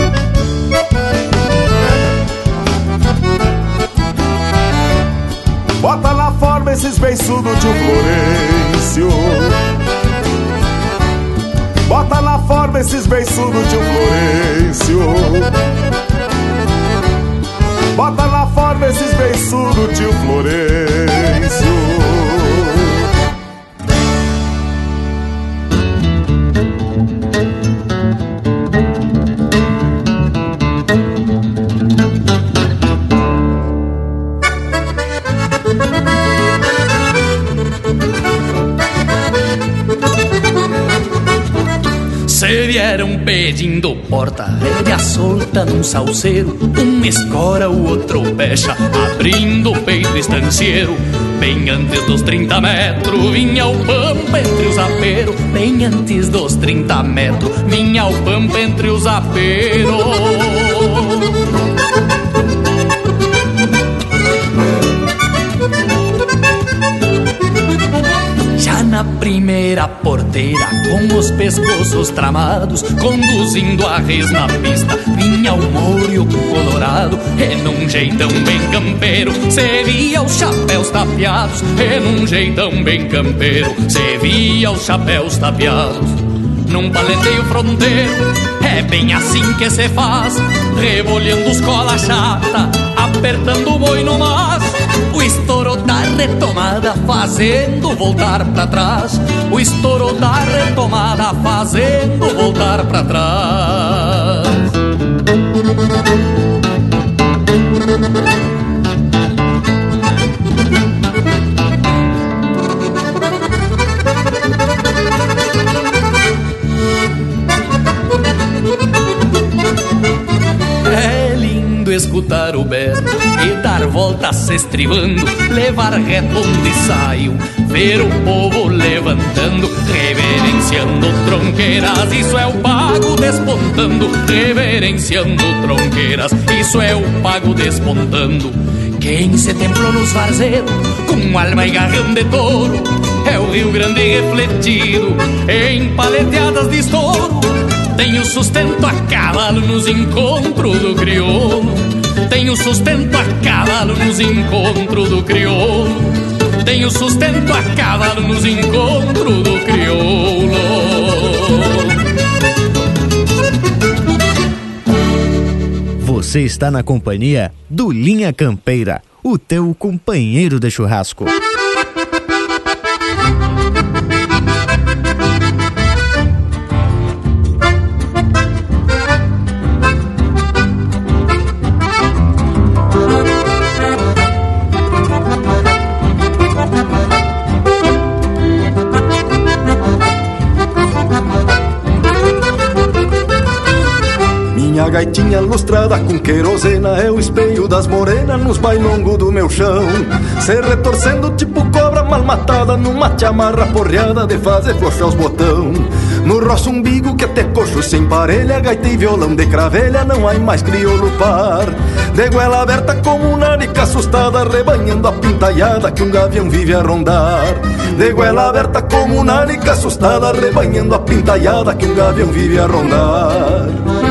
Bota na forma esses beiçudos, tio Florencio. Bota na forma esses beiçudos, tio Florencio. Bota na forma esses beiçudos, tio Florencio. Se vieram pedindo porta, rédea solta num salseiro, um escora, o outro pecha, abrindo o peito estancieiro. Bem antes dos 30 metros, vinha o pampa entre os aperos. Bem antes dos 30 metros, vinha o pampa entre os aperos. Já na primeira porteira, com os pescoços tramados, conduzindo a res na pista, vinha o Mouro colorado, e num jeitão bem campeiro, se via os chapéus tapeados, e num jeitão bem campeiro, se via os chapéus tapeados. Num paleteio fronteiro, é bem assim que se faz, rebolhando os cola chata, apertando o boi no mas. O estouro da retomada fazendo voltar pra trás. O estouro da retomada fazendo voltar pra trás. É lindo escutar o berro e dar voltas se estribando, levar reto onde saiu, ver o povo levantando, reverenciando tronqueiras. Isso é o pago despontando, reverenciando tronqueiras. Isso é o pago despontando. Quem se templou nos varzeiros com alma e garrão de touro é o Rio Grande refletido em paleteadas de estouro. Tem o sustento a cavalo nos encontros do crioulo. Tem o sustento a cavalo nos encontros do crioulo. Tem o sustento a cavalo nos encontros do crioulo. Você está na companhia do Linha Campeira, o teu companheiro de churrasco. Minha gaitinha lustrada com querosena é o espelho das morenas nos bailongos do meu chão, se retorcendo tipo cobra mal matada numa chamarra porreada de fazer flochar os botão. No roço umbigo que até coxo sem parelha, gaita e violão de cravelha, não há mais crioulo par. De goela aberta como uma nica assustada, rebanhando a pintaiada que um gavião vive a rondar. De goela aberta como uma nica assustada, rebanhando a pintaiada que um gavião vive a rondar.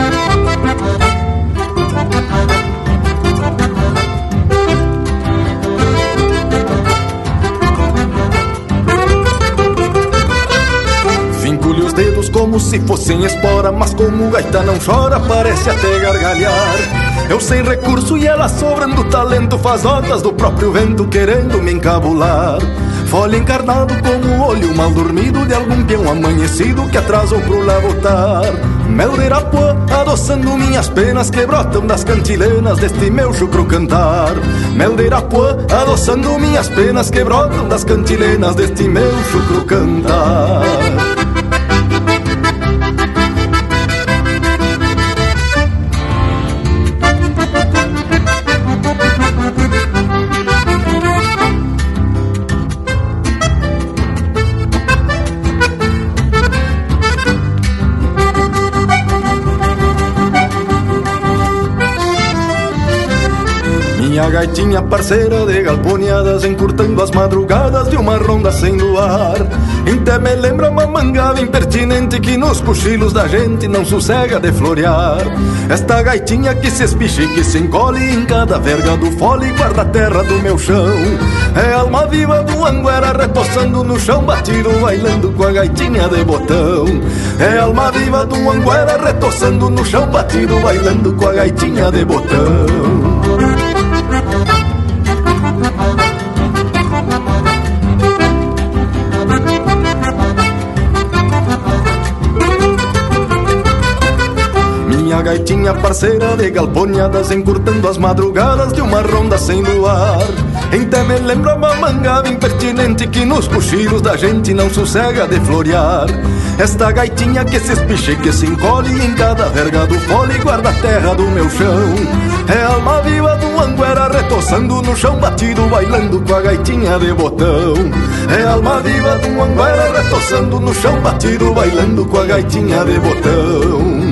Finco-lhe os dedos como se fossem espora, mas como o gaita não chora, parece até gargalhar. Eu sem recurso e ela sobrando talento, faz notas do próprio vento querendo me encabular. Folha encarnado como o olho mal dormido de algum peão amanhecido que atrasou pro lavotar. Mel de Irapuã adoçando minhas penas que brotam das cantilenas deste meu chucro cantar. Mel de Irapuã adoçando minhas penas que brotam das cantilenas deste meu chucro cantar. Minha gaitinha parceira de galponeadas, encurtando as madrugadas de uma ronda sem luar. Até me lembra uma mangada impertinente que nos cochilos da gente não sossega de florear. Esta gaitinha que se espicha e que se encolhe em cada verga do fole, guarda a terra do meu chão. É a alma viva do Anguera retoçando no chão batido, bailando com a gaitinha de botão. É a alma viva do Anguera retoçando no chão batido, bailando com a gaitinha de botão. Minha gaitinha parceira de galponeadas, encurtando as madrugadas de uma ronda sem luar. Até me lembra uma mangada impertinente que nos cochilos da gente não sossega de florear. Esta gaitinha que se espicha e que se encolhe em cada verga do fole, guarda a terra do meu chão. É a alma viva do Anguera retoçando no chão batido, bailando com a gaitinha de botão. É a alma viva do Anguera retoçando no chão batido, bailando com a gaitinha de botão.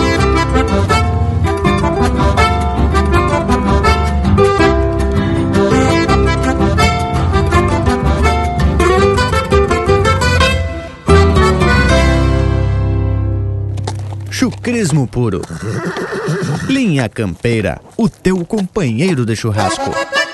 Chucrismo puro. Linha Campeira, o teu companheiro de churrasco.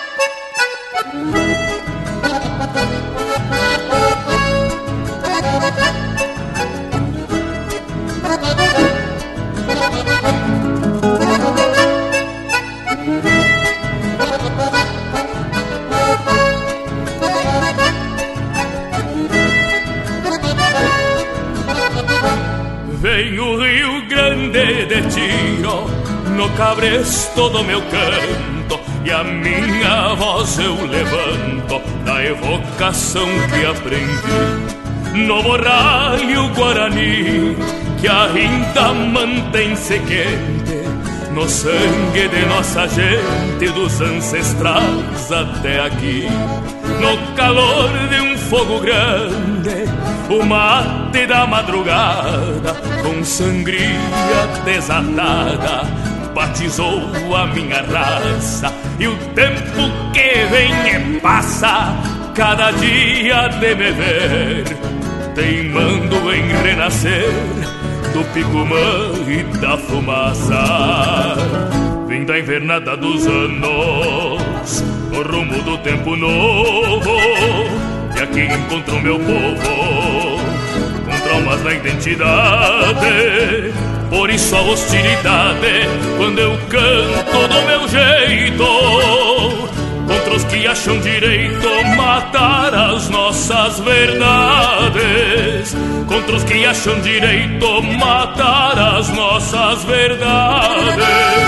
Vem o Rio Grande de tiro no cabresto do meu canto, e a minha voz eu levanto da evocação que aprendi no borralho guarani, que ainda mantém-se quente no sangue de nossa gente, dos ancestrais até aqui. No calor de um fogo grande, o mate da madrugada, com sangria desatada, batizou a minha raça. E o tempo que vem e passa, cada dia de me ver, teimando em renascer do picumã e da fumaça. Vim da invernada dos anos, no rumo do tempo novo, e aqui encontro meu povo com traumas na identidade. Por isso a hostilidade, quando eu canto do meu jeito, contra os que acham direito matar as nossas verdades, contra os que acham direito matar as nossas verdades.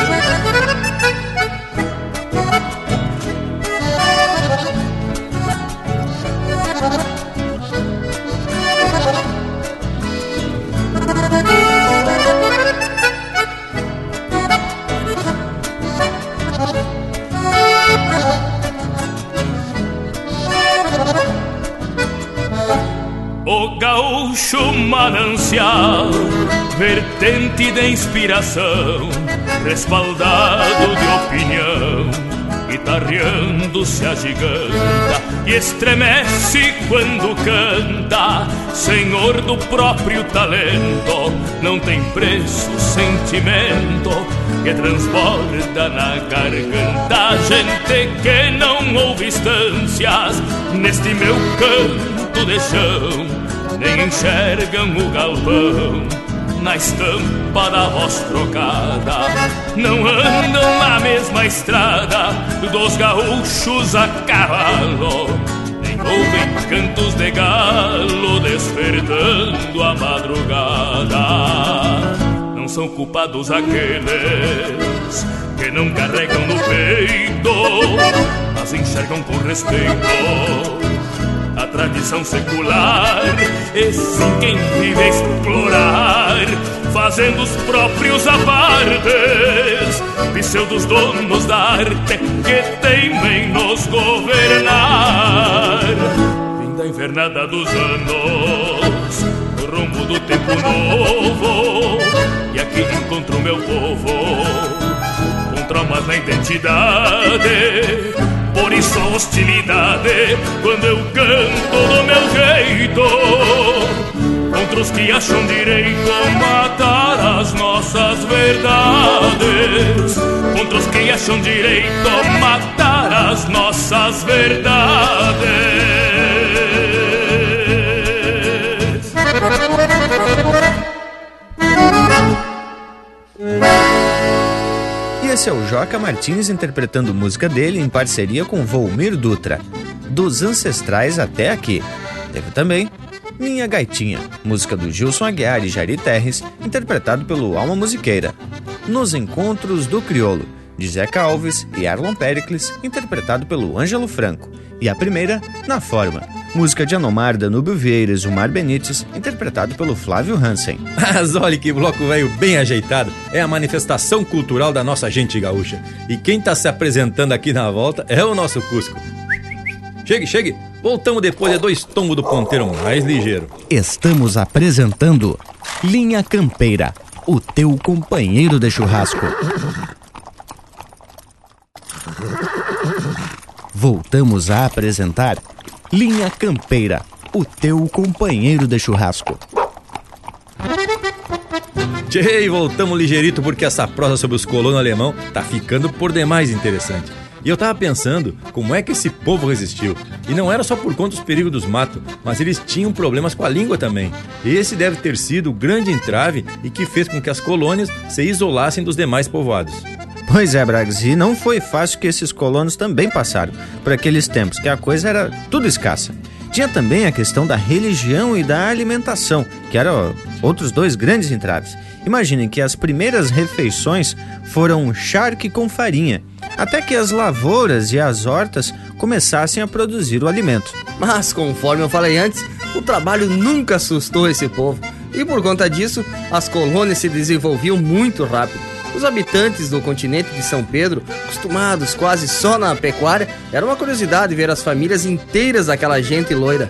O gaúcho manancial, vertente de inspiração, respaldado de opinião, guitarreando se agiganta e estremece quando canta. Senhor do próprio talento, não tem preço sentimento que transborda na garganta. Gente que não ouve instâncias neste meu canto de chão, nem enxergam o galpão na estampa da voz trocada. Não andam na mesma estrada dos gaúchos a cavalo, nem ouvem cantos de galo despertando a madrugada. Não são culpados aqueles que não carregam no peito, mas enxergam com respeito a tradição secular. E sim quem vive a explorar, fazendo os próprios apartes, pseudos donos da arte que teimem nos governar. Vim da invernada dos anos, no rumo do tempo novo, e aqui encontro meu povo com outra, mas na identidade. Por isso a hostilidade quando eu canto do meu jeito, contra os que acham direito a matar as nossas verdades, contra os que acham direito a matar as nossas verdades. E esse é o Joca Martins interpretando música dele em parceria com Volmir Dutra, Dos Ancestrais Até Aqui. Teve também Minha Gaitinha, música do Gilson Aguiar e Jairi Terres, interpretado pelo Alma Musiqueira. Nos Encontros do Crioulo, de Zeca Alves e Arlon Pericles, interpretado pelo Ângelo Franco. E a primeira, Na Forma, música de Anomar, Danúbio Vieira e Zumar Benites, interpretado pelo Flávio Hansen. Mas olha que bloco velho bem ajeitado. É a manifestação cultural da nossa gente gaúcha. E quem tá se apresentando aqui na volta é o nosso Cusco. Chegue, chegue. Voltamos depois de 2 tombos do ponteiro mais ligeiro. Estamos apresentando Linha Campeira, o teu companheiro de churrasco. Voltamos a apresentar Linha Campeira, o teu companheiro de churrasco. Tchê, voltamos ligeirito porque essa prosa sobre os colonos alemão tá ficando por demais interessante. E eu tava pensando como é que esse povo resistiu. E não era só por conta dos perigos dos matos, mas eles tinham problemas com a língua também. Esse deve ter sido o grande entrave e que fez com que as colônias se isolassem dos demais povoados. Pois é, Bragas, e não foi fácil que esses colonos também passaram por aqueles tempos, que a coisa era tudo escassa. Tinha também a questão da religião e da alimentação, que eram outros 2 grandes entraves. Imaginem que as primeiras refeições foram charque com farinha, até que as lavouras e as hortas começassem a produzir o alimento. Mas, conforme eu falei antes, o trabalho nunca assustou esse povo. E por conta disso, as colônias se desenvolviam muito rápido. Os habitantes do continente de São Pedro, acostumados quase só na pecuária, era uma curiosidade ver as famílias inteiras daquela gente loira.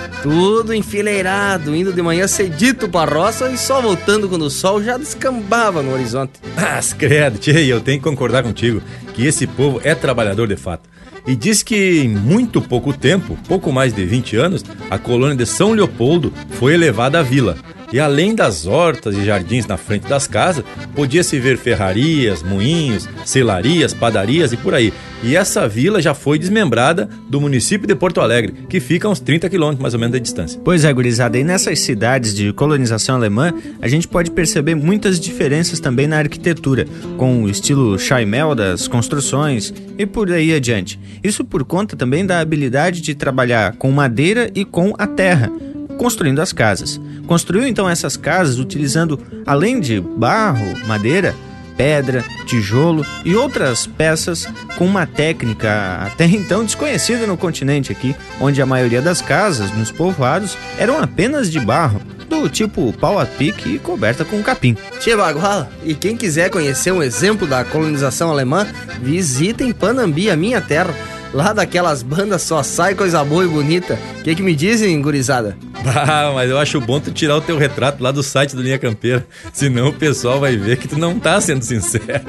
Tudo enfileirado, indo de manhã cedito pra roça e só voltando quando o sol já descambava no horizonte. Mas credo, tchê, eu tenho que concordar contigo que esse povo é trabalhador de fato. E diz que em muito pouco tempo, pouco mais de 20 anos, a colônia de São Leopoldo foi elevada à vila. E além das hortas e jardins na frente das casas, podia-se ver ferrarias, moinhos, selarias, padarias e por aí. E essa vila já foi desmembrada do município de Porto Alegre, que fica a uns 30 quilômetros mais ou menos de distância. Pois é, gurizada, e nessas cidades de colonização alemã, a gente pode perceber muitas diferenças também na arquitetura, com o estilo chaimel das construções e por aí adiante. Isso por conta também da habilidade de trabalhar com madeira e com a terra, construindo as casas. Construiu então essas casas utilizando, além de barro, madeira, pedra, tijolo e outras peças com uma técnica até então desconhecida no continente aqui, onde a maioria das casas nos povoados eram apenas de barro, do tipo pau a pique e coberta com capim. Tchê Baguala, e quem quiser conhecer um exemplo da colonização alemã, visitem Panambi, a minha terra. Lá daquelas bandas só sai coisa boa e bonita. O que me dizem, gurizada? Bah, mas eu acho bom tu tirar o teu retrato lá do site do Linha Campeira. Senão o pessoal vai ver que tu não tá sendo sincero.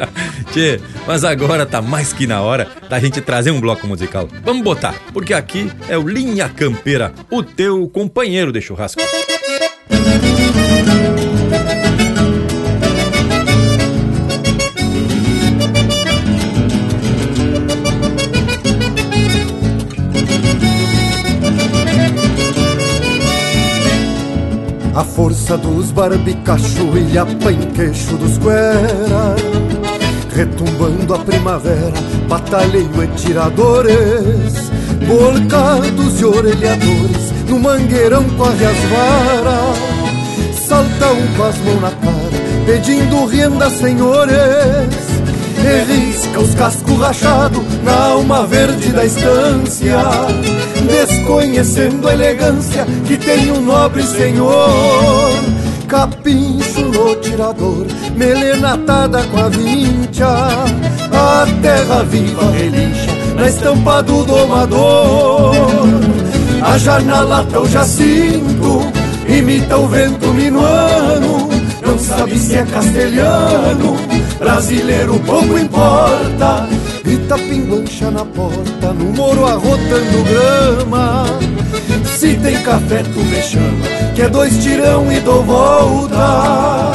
Tchê, mas agora tá mais que na hora da gente trazer um bloco musical. Vamos botar, porque aqui é o Linha Campeira, o teu companheiro de churrasco. A força dos barbicacho e a panqueixo dos guera, retumbando a primavera, batalheio e tiradores, bolcados e orelhadores, no mangueirão corre as varas, salta um com as mãos na cara, pedindo renda, senhores, e risca os cascos rachados na alma verde da estância, desconhecendo a elegância que tem um nobre senhor. Capincho no tirador, melena atada com a vincha, a terra viva relincha na estampa do domador. A janela tá o jacinto, imita o vento minuano, não sabe se é castelhano, brasileiro pouco importa. Grita pinguancha na porta, no moro arrotando grama. Se tem café tu me chama, que é 2 tirão e dou volta.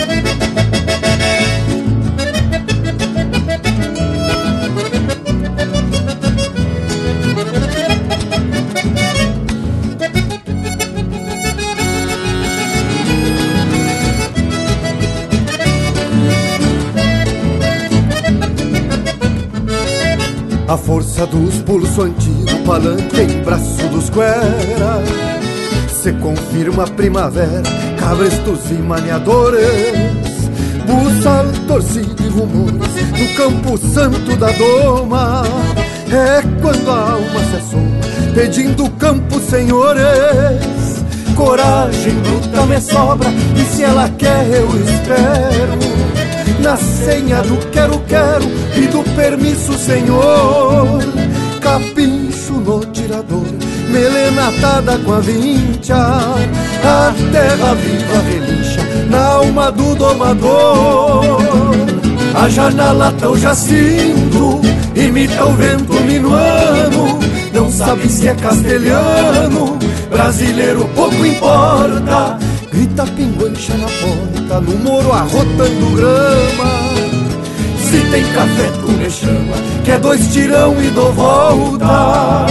A força dos pulsos antigos, palanque em braço dos guera, se confirma a primavera, cabrestos e maniadores, buçal, torcido e rumores no campo santo da doma. É quando a alma se assoma, pedindo campo, senhores. Coragem bruta me sobra, e se ela quer eu espero. Na senha do quero-quero e do permisso, senhor. Capincho no tirador, melena atada com a vincha. A terra viva relincha na alma do domador. A janela tá o jacinto, imita o vento minuano. Não sabe se é castelhano, brasileiro pouco importa. Grita pinguancha na porta, no moro arrotando grama. Se tem café tu me chama, que é 2 tirão e dou volta.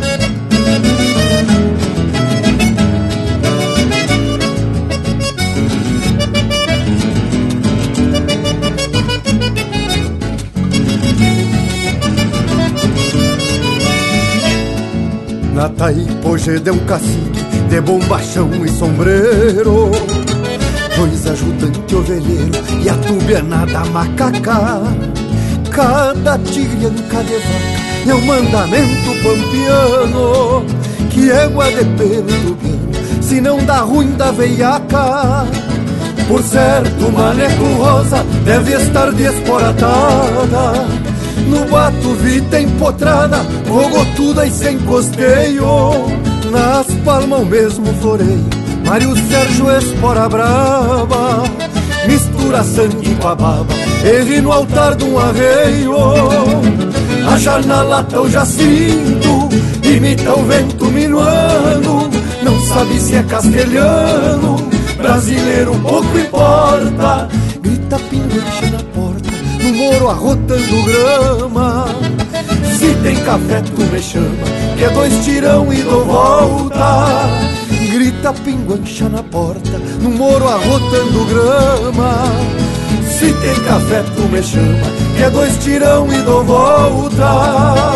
Na Taipoje de um cacique de bombachão e sombreiro, 2 ajudantes ovelheiro e a tubianada macaca. Cada tigrianca de vaca é um mandamento pampiano, que égua de pelo tubiano, se não dá ruim da veiaca. Por certo, maneco rosa deve estar desporatada. No bato vita empotrada, rogotuda e sem costeio. Nas palmas o mesmo floreio, Mário Sérgio espora brava. Mistura sangue com a baba, erre no altar de um arreio. A janela tá o jacinto, imita o vento minuano. Não sabe se é castelhano, brasileiro pouco importa. Grita pinguancha na porta, no moro arrotando grama. Se tem café tu me chama, que é 2 tirão e dou volta. Grita pinguancha na porta, no moro arrotando grama. Se tem café tu me chama, que é 2 tirão e dou volta.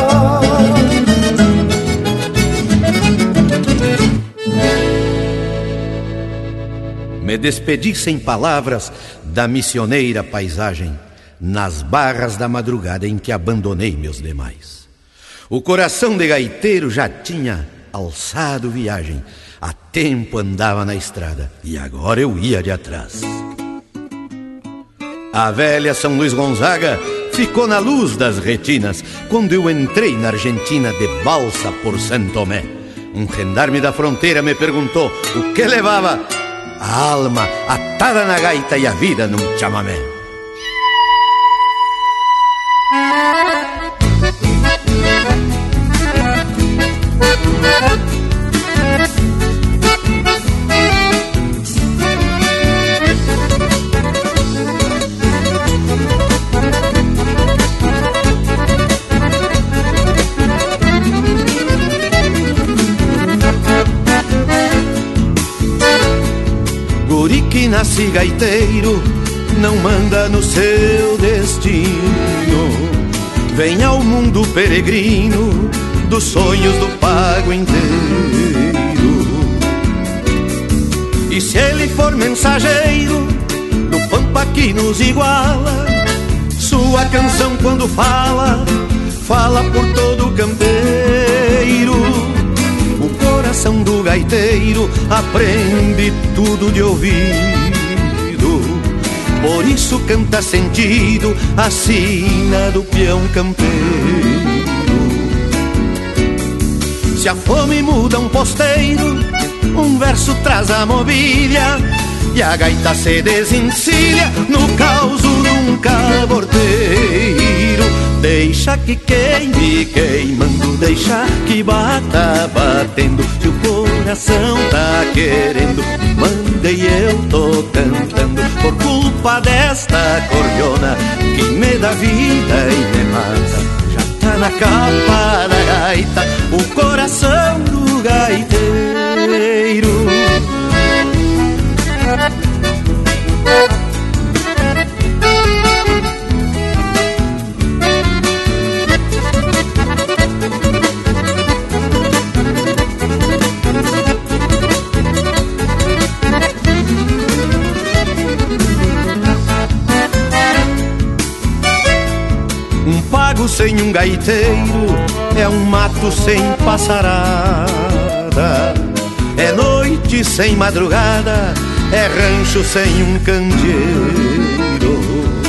Me despedi sem palavras da missioneira paisagem, nas barras da madrugada em que abandonei meus demais. O coração de gaiteiro já tinha alçado viagem, há tempo andava na estrada e agora eu ia de atrás. A velha São Luís Gonzaga ficou na luz das retinas quando eu entrei na Argentina de balsa por Santo Tomé. Um gendarme da fronteira me perguntou o que levava a alma atada na gaita e a vida num chamamé. Guri que nasce gaiteiro, não manda no seu destino. Vem ao mundo peregrino dos sonhos do pago inteiro. E se ele for mensageiro do pampa que nos iguala, sua canção quando fala, fala por todo campeiro. O coração do gaiteiro aprende tudo de ouvido, por isso canta sentido a sina do peão campeiro. Se a fome muda um posteiro, um verso traz a mobília, e a gaita se desencilha no caos de um caminho. cordeiro. Deixa que queime queimando, deixa que bata batendo. Se o coração tá querendo, manda e eu tô cantando. Por culpa desta cordiona que me dá vida e me mata. Já tá na capa da gaita o coração do gaiteiro. Um pago sem um gaiteiro é um mato sem passarada. É noite sem madrugada, é rancho sem um candeeiro.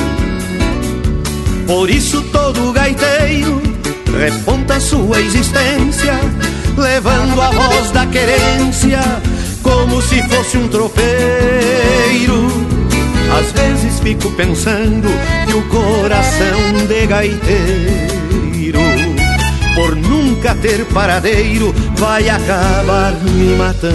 Por isso todo gaiteiro reponta sua existência, levando a voz da querência como se fosse um tropeiro. Às vezes fico pensando que o coração de gaiteiro, por nunca ter paradeiro, vai acabar me matando.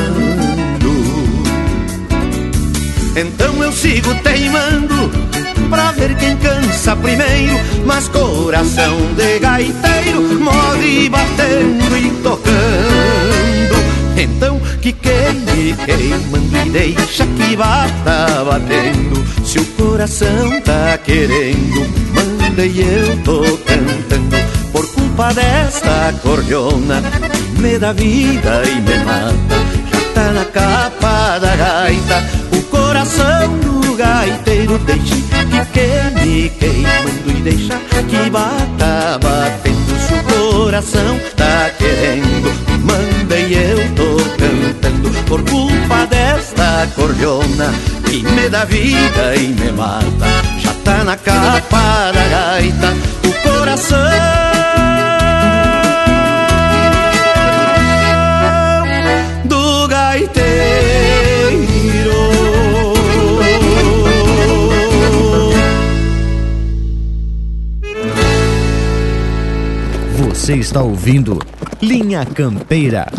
Então eu sigo teimando pra ver quem cansa primeiro, mas coração de gaiteiro morre batendo e tocando. Então que queime queimando e deixa que bata batendo. Se o coração tá querendo, manda e eu tô cantando. Por culpa desta cordiona que me dá vida e me mata. Já tá na capa da gaita o coração do gaiteiro. Deixa que queime queimando e deixa que bata batendo. Se o coração tá querendo, manda e eu tô cantando. Por culpa desta cordiona que me dá vida e me mata. Já tá na capa da gaita o coração do gaiteiro. Você está ouvindo Linha Campeira.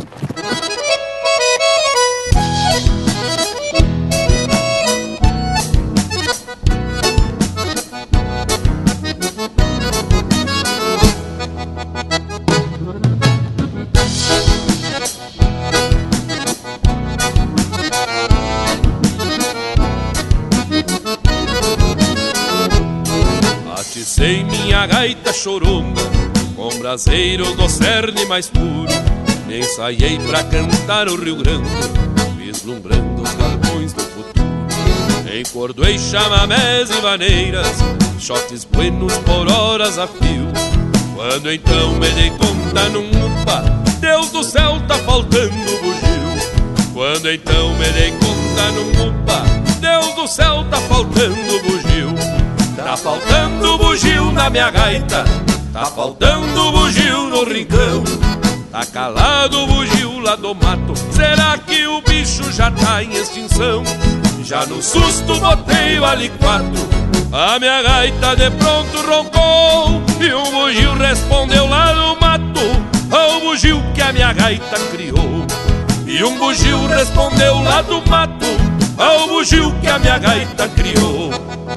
Atizei minha gaita choronga com braseiros do cerne mais puro. Me ensaiei pra cantar o Rio Grande, vislumbrando os galpões do futuro. Encordoei chamamés e maneiras, shotes buenos por horas a fio. Quando então me dei conta num upa, Deus do céu, tá faltando bugio. Quando então me dei conta num upa, Deus do céu, tá faltando bugio. Tá faltando bugio na minha gaita, tá faltando bugio no rincão. Tá calado o bugio lá do mato, será que o bicho já tá em extinção? Já no susto botei o aliquato, a minha gaita de pronto roncou. E um bugio respondeu lá no mato ao bugio que a minha gaita criou. E um bugio respondeu lá do mato ao bugio que a minha gaita criou.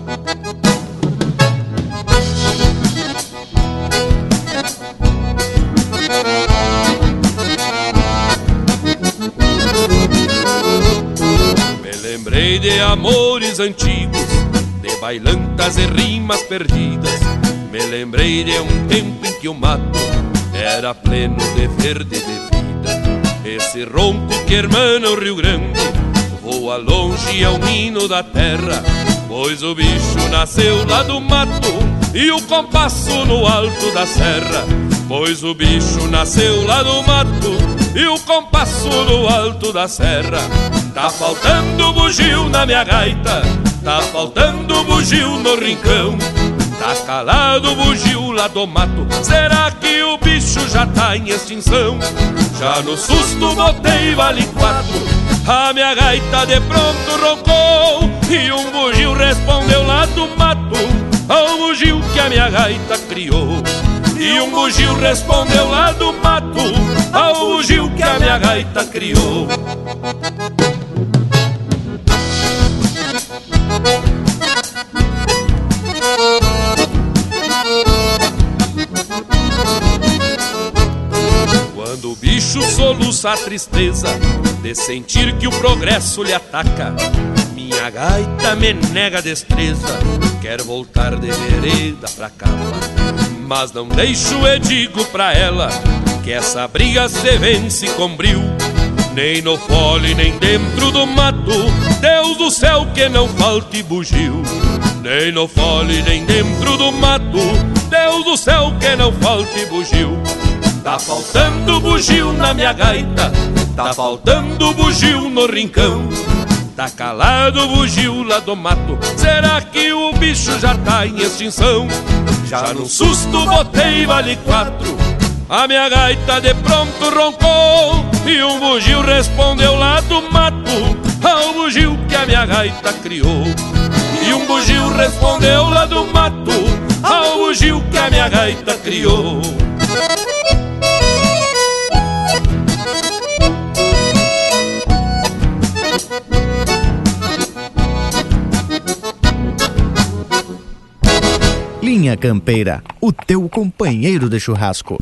Lembrei de amores antigos, de bailantas e rimas perdidas. Me lembrei de um tempo em que o mato era pleno de verde de vida. Esse ronco que hermana o Rio Grande voa longe ao nino da terra, pois o bicho nasceu lá do mato e o compasso no alto da serra. Pois o bicho nasceu lá do mato e o compasso no alto da serra. Tá faltando bugio na minha gaita, tá faltando bugio no rincão. Tá calado o bugio lá do mato, será que o bicho já tá em extinção? Já no susto botei vale quatro, a minha gaita de pronto roncou. E um bugio respondeu lá do mato ao a minha gaita criou. E um bugio respondeu lá do mato ao bugio que a minha gaita criou. Quando o bicho soluça a tristeza de sentir que o progresso lhe ataca, minha gaita me nega destreza, quer voltar de vereda pra capa. Mas não deixo e digo pra ela que essa briga se vence com bril, nem no fole nem dentro do mato, Deus do céu que não falte bugio. Nem no fole nem dentro do mato, Deus do céu que não falte bugio. Tá faltando bugio na minha gaita, tá faltando bugio no rincão, tá calado o bugio lá do mato, será que o bicho já tá em extinção? Já no susto botei vale 4, a minha gaita de pronto roncou, e um bugio respondeu lá do mato ao bugio que a minha gaita criou. E um bugio respondeu lá do mato ao bugio que a minha gaita criou. Linha Campeira, o teu companheiro de churrasco.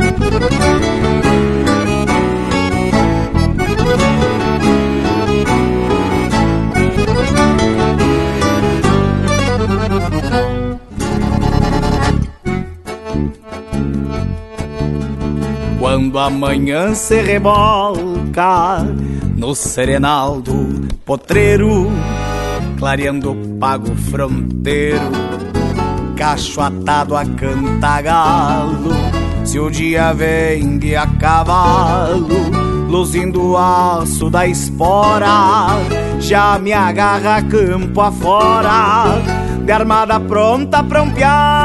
Quando a manhã se rebolca no serenal do potreiro, clareando o pago fronteiro, cacho atado a cantagalo, se o dia vem de a cavalo, luzindo o aço da espora, já me agarra campo afora, de armada pronta pra um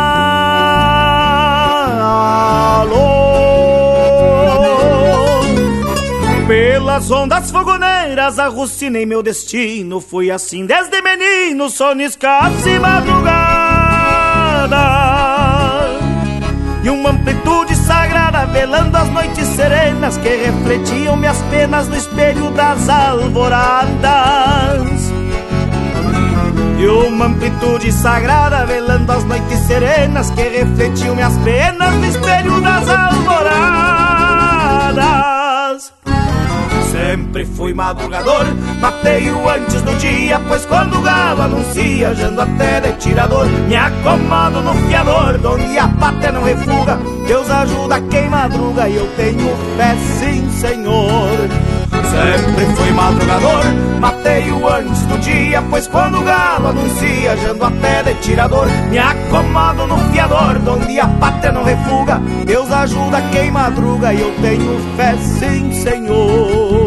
pialo. Pelas ondas fogoneiras arrucinei meu destino, fui assim desde menino, soniscaço e madrugada, e uma amplitude sagrada velando as noites serenas que refletiam minhas penas no espelho das alvoradas. E uma amplitude sagrada velando as noites serenas que refletiam minhas penas no espelho das alvoradas. Sempre fui madrugador, mateio antes do dia, pois quando o galo anuncia, jando até de tirador, me acomodo no fiador, donde a pátria não refuga, Deus ajuda quem madruga e eu tenho fé, sim, Senhor. Sempre fui madrugador, mateio antes do dia, pois quando o galo anuncia, jando até de tirador, me acomodo no fiador, donde a pátria não refuga, Deus ajuda quem madruga e eu tenho fé, sim, Senhor.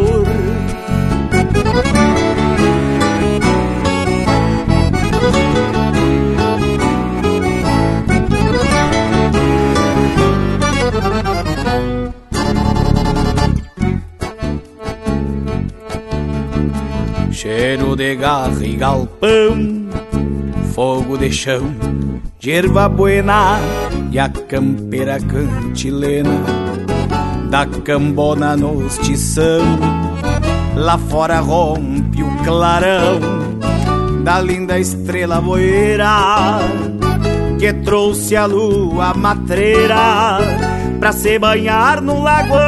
Cheiro de garra e galpão, fogo de chão, de erva buena e a campeira cantilena da cambona nos tição. Lá fora rompe o clarão da linda estrela boeira que trouxe a lua matreira pra se banhar no lagoão.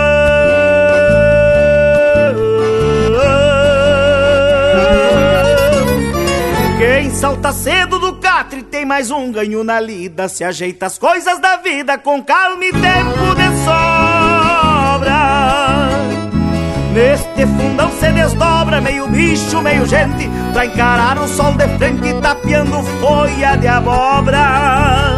Quem salta cedo do catre tem mais um ganho na lida, se ajeita as coisas da vida com calma e tempo de sobra. Neste fundão se desdobra meio bicho, meio gente, pra encarar o sol de frente tapeando folha de abóbora.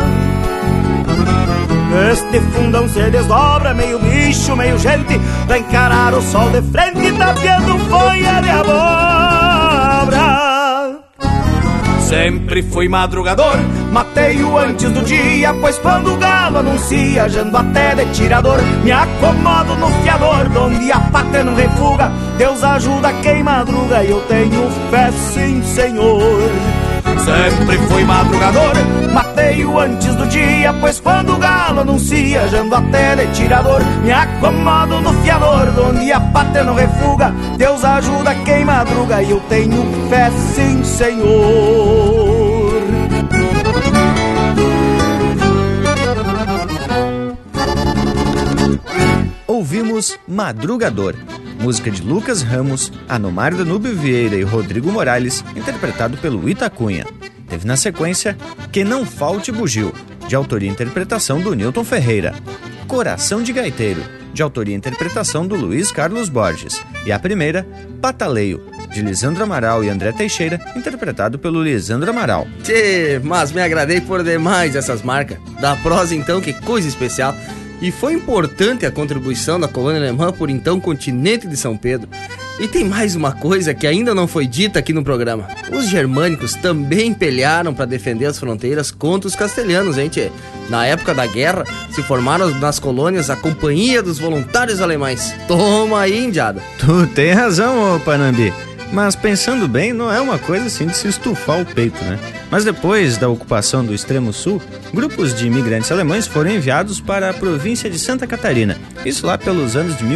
Neste fundão se desdobra meio bicho, meio gente, pra encarar o sol de frente tapeando folha de abóbora. Sempre fui madrugador, mateio antes do dia, pois quando o galo anuncia, jando até de tirador, me acomodo no fiador, donde a pátria não refuga, Deus ajuda quem madruga e eu tenho fé, sim, Senhor. Sempre fui madrugador, mateio mapeio antes do dia, pois quando o galo anuncia, jando até de tirador, me acomodo no fiador, onde a pátria não refuga. Deus ajuda quem madruga e eu tenho fé, sim, Senhor. Ouvimos Madrugador, música de Lucas Ramos, Anomar Danúbio Vieira e Rodrigo Morales, interpretado pelo Itacunha. Teve na sequência Que Não Falte Bugio, de autoria e interpretação do Newton Ferreira. Coração de Gaiteiro, de autoria e interpretação do Luiz Carlos Borges. E a primeira, Pataleio, de Lisandro Amaral e André Teixeira, interpretado pelo Lisandro Amaral. Tchê, mas me agradei por demais essas marcas. Da prosa então, que coisa especial. E foi importante a contribuição da colônia alemã por então continente de São Pedro. E tem mais uma coisa que ainda não foi dita aqui no programa. Os germânicos também pelearam para defender as fronteiras contra os castelhanos, hein, tchê? Na época da guerra, se formaram nas colônias a Companhia dos Voluntários Alemães. Toma aí, indiada. Tu tem razão, ô Panambi. Mas pensando bem, não é uma coisa assim de se estufar o peito, né? Mas depois da ocupação do extremo sul, grupos de imigrantes alemães foram enviados para a província de Santa Catarina, isso lá pelos anos de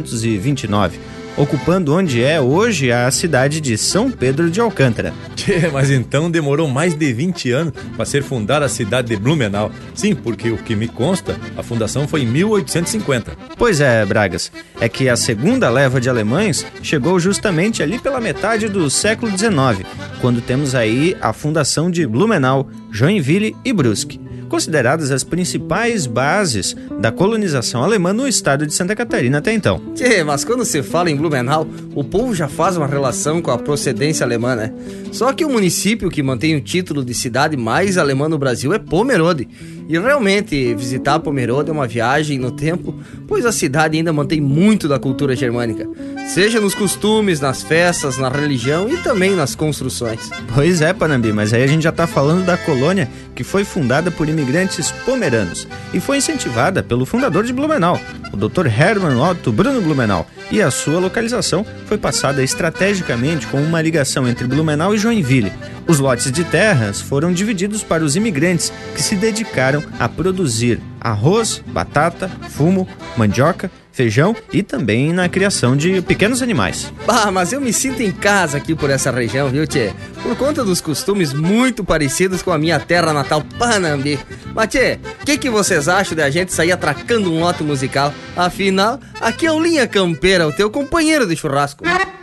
1829, ocupando onde é hoje a cidade de São Pedro de Alcântara. Mas então demorou mais de 20 anos para ser fundada a cidade de Blumenau. Sim, porque o que me consta, a fundação foi em 1850. Pois é, Bragas, é que a segunda leva de alemães chegou justamente ali pela metade do século XIX, quando temos aí a fundação de Blumenau, Joinville e Brusque, consideradas as principais bases da colonização alemã no estado de Santa Catarina até então. Tchê, mas quando se fala em Blumenau, o povo já faz uma relação com a procedência alemã, né? Só que o município que mantém o título de cidade mais alemã no Brasil é Pomerode. E realmente, visitar Pomerode é uma viagem no tempo, pois a cidade ainda mantém muito da cultura germânica, seja nos costumes, nas festas, na religião e também nas construções. Pois é, Panambi, mas aí a gente já tá falando da colônia que foi fundada por imigrantes pomeranos e foi incentivada pelo fundador de Blumenau, o Dr. Hermann Otto Bruno Blumenau, e a sua localização foi passada estrategicamente com uma ligação entre Blumenau e Joinville. Os lotes de terras foram divididos para os imigrantes que se dedicaram a produzir arroz, batata, fumo, mandioca, feijão e também na criação de pequenos animais. Bah, mas eu me sinto em casa aqui por essa região, viu, tchê? Por conta dos costumes muito parecidos com a minha terra natal, Panambi. Mas, tchê, o que vocês acham de a gente sair atracando um lote musical? Afinal, aqui é o Linha Campeira, o teu companheiro de churrasco.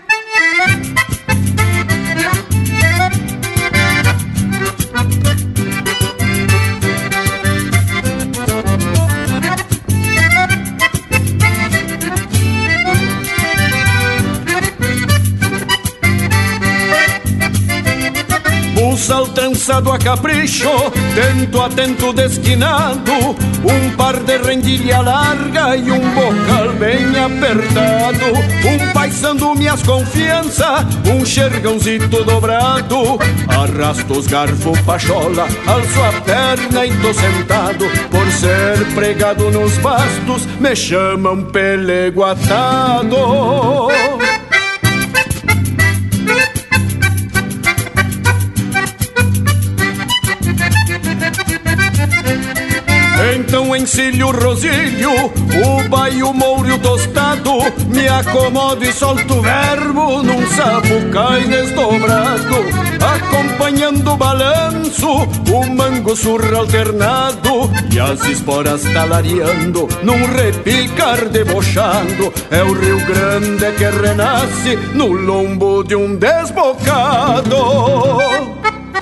Sal trançado a capricho, tento a tento desquinado, um par de rendilha larga e um bocal bem apertado, um paisando minhas confiança, um xergãozito dobrado, arrasto os garfo pachola, alço a perna e tô sentado, por ser pregado nos bastos, me chamam pelego atado. Então encilho o rosilho, o baio mouro tostado, me acomodo e solto o verbo num sapucai desdobrado, acompanhando o balanço, o mango surra alternado e as esporas talareando num repicar debochado. É o Rio Grande que renasce no lombo de um desbocado.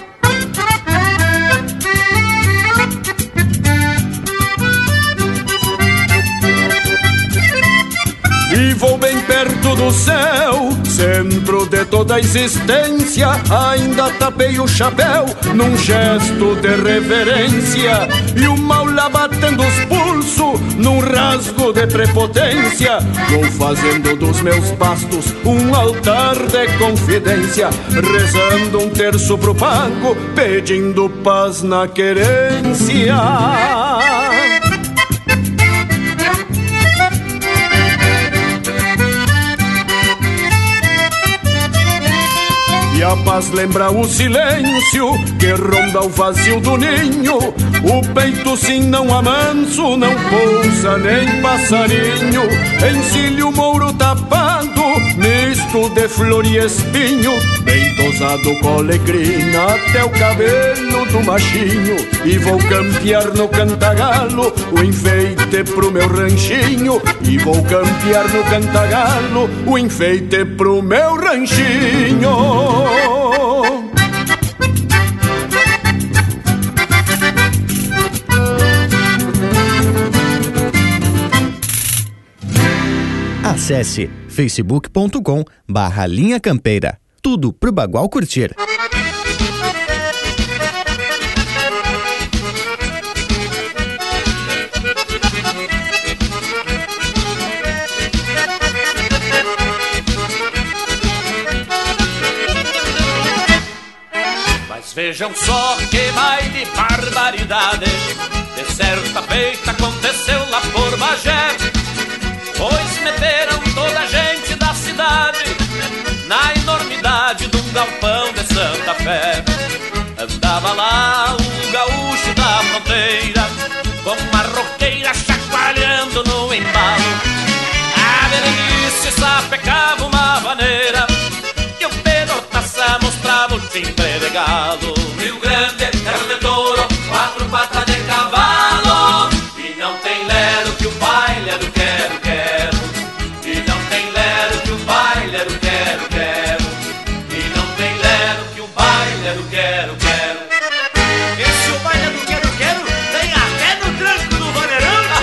E vou bem perto do céu, centro de toda a existência, ainda tapei o chapéu num gesto de reverência, e o maula batendo os pulsos num rasgo de prepotência. Vou fazendo dos meus pastos um altar de confidência, rezando um terço pro pago, pedindo paz na querência. E a paz faz lembrar o silêncio que ronda o vazio do ninho. O peito sim não amanso, não pousa nem passarinho. Encilho mouro tapado, misto de flor e espinho, bem tosado com alegrina até o cabelo do machinho. E vou campear no cantagalo o enfeite pro meu ranchinho. E vou campear no cantagalo o enfeite pro meu ranchinho. Acesse facebook.com/Linha Campeira. Tudo pro Bagual curtir. Mas vejam só que mais de barbaridade de certa feita aconteceu lá por Bagé. Pois meteram toda a gente da cidade na enormidade de um galpão de Santa Fé. Andava lá o gaúcho da fronteira com uma roqueira chacoalhando no embalo. A Berenice sapecava uma vaneira e o Pedro Taça mostrava o timbre de galo. Rio Grande, terra de touro, 4 patas de cavalo. E não tem lero que o baile é do quero, quero. E não tem lero que o baile é do quero, quero. E não tem lero que o baile é do quero, quero. Esse o baile é do quero, quero, tem até no tranco do vaneirante.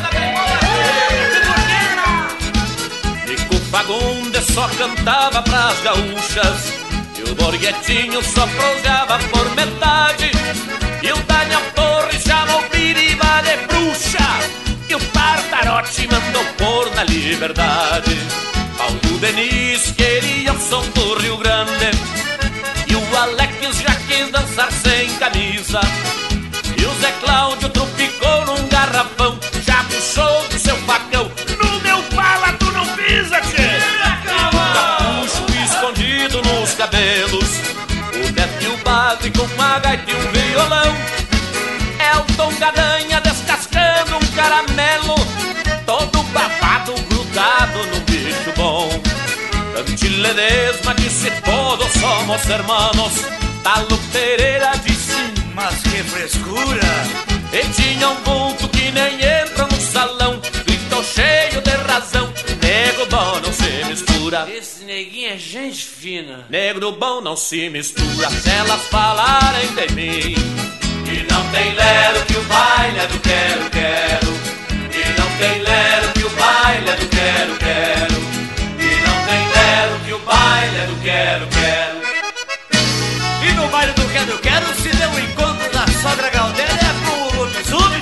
Nico Fagundes só cantava pras gaúchas e o Borghetinho só proseava por metade. E o Daniel Torres chamou Piriba de bruxa e o Tartarote mandou pôr na liberdade. Paulo Denis queria o som do Rio Grande e o Alex já quis dançar sem camisa. E o Zé Cláudio tropicou num garrafão, já puxou do seu facão. No meu pala tu não pisa, tchê! O capucho escondido nos cabelos, o Beto e o Bagre com uma gaita e um violão. É o Tom Gadanha descascando um caramelo, todo babado grudado num bicho bom. Cantil Ledesma disse todos somos hermanos. Talo Pereira disse mas que frescura. E tinha um vulto que nem entra no salão, gritou cheio de razão: nego bom não se mistura. Esse neguinho é gente fina. Negro bom não se mistura se elas falarem de mim. E não tem lero que o baile é do quero, quero. E não tem lero que o baile é do quero, quero. E não tem lero que o baile é do quero, quero. E no baile do quero, quero se deu um encontro da sogra Galdéria com o lobisomem.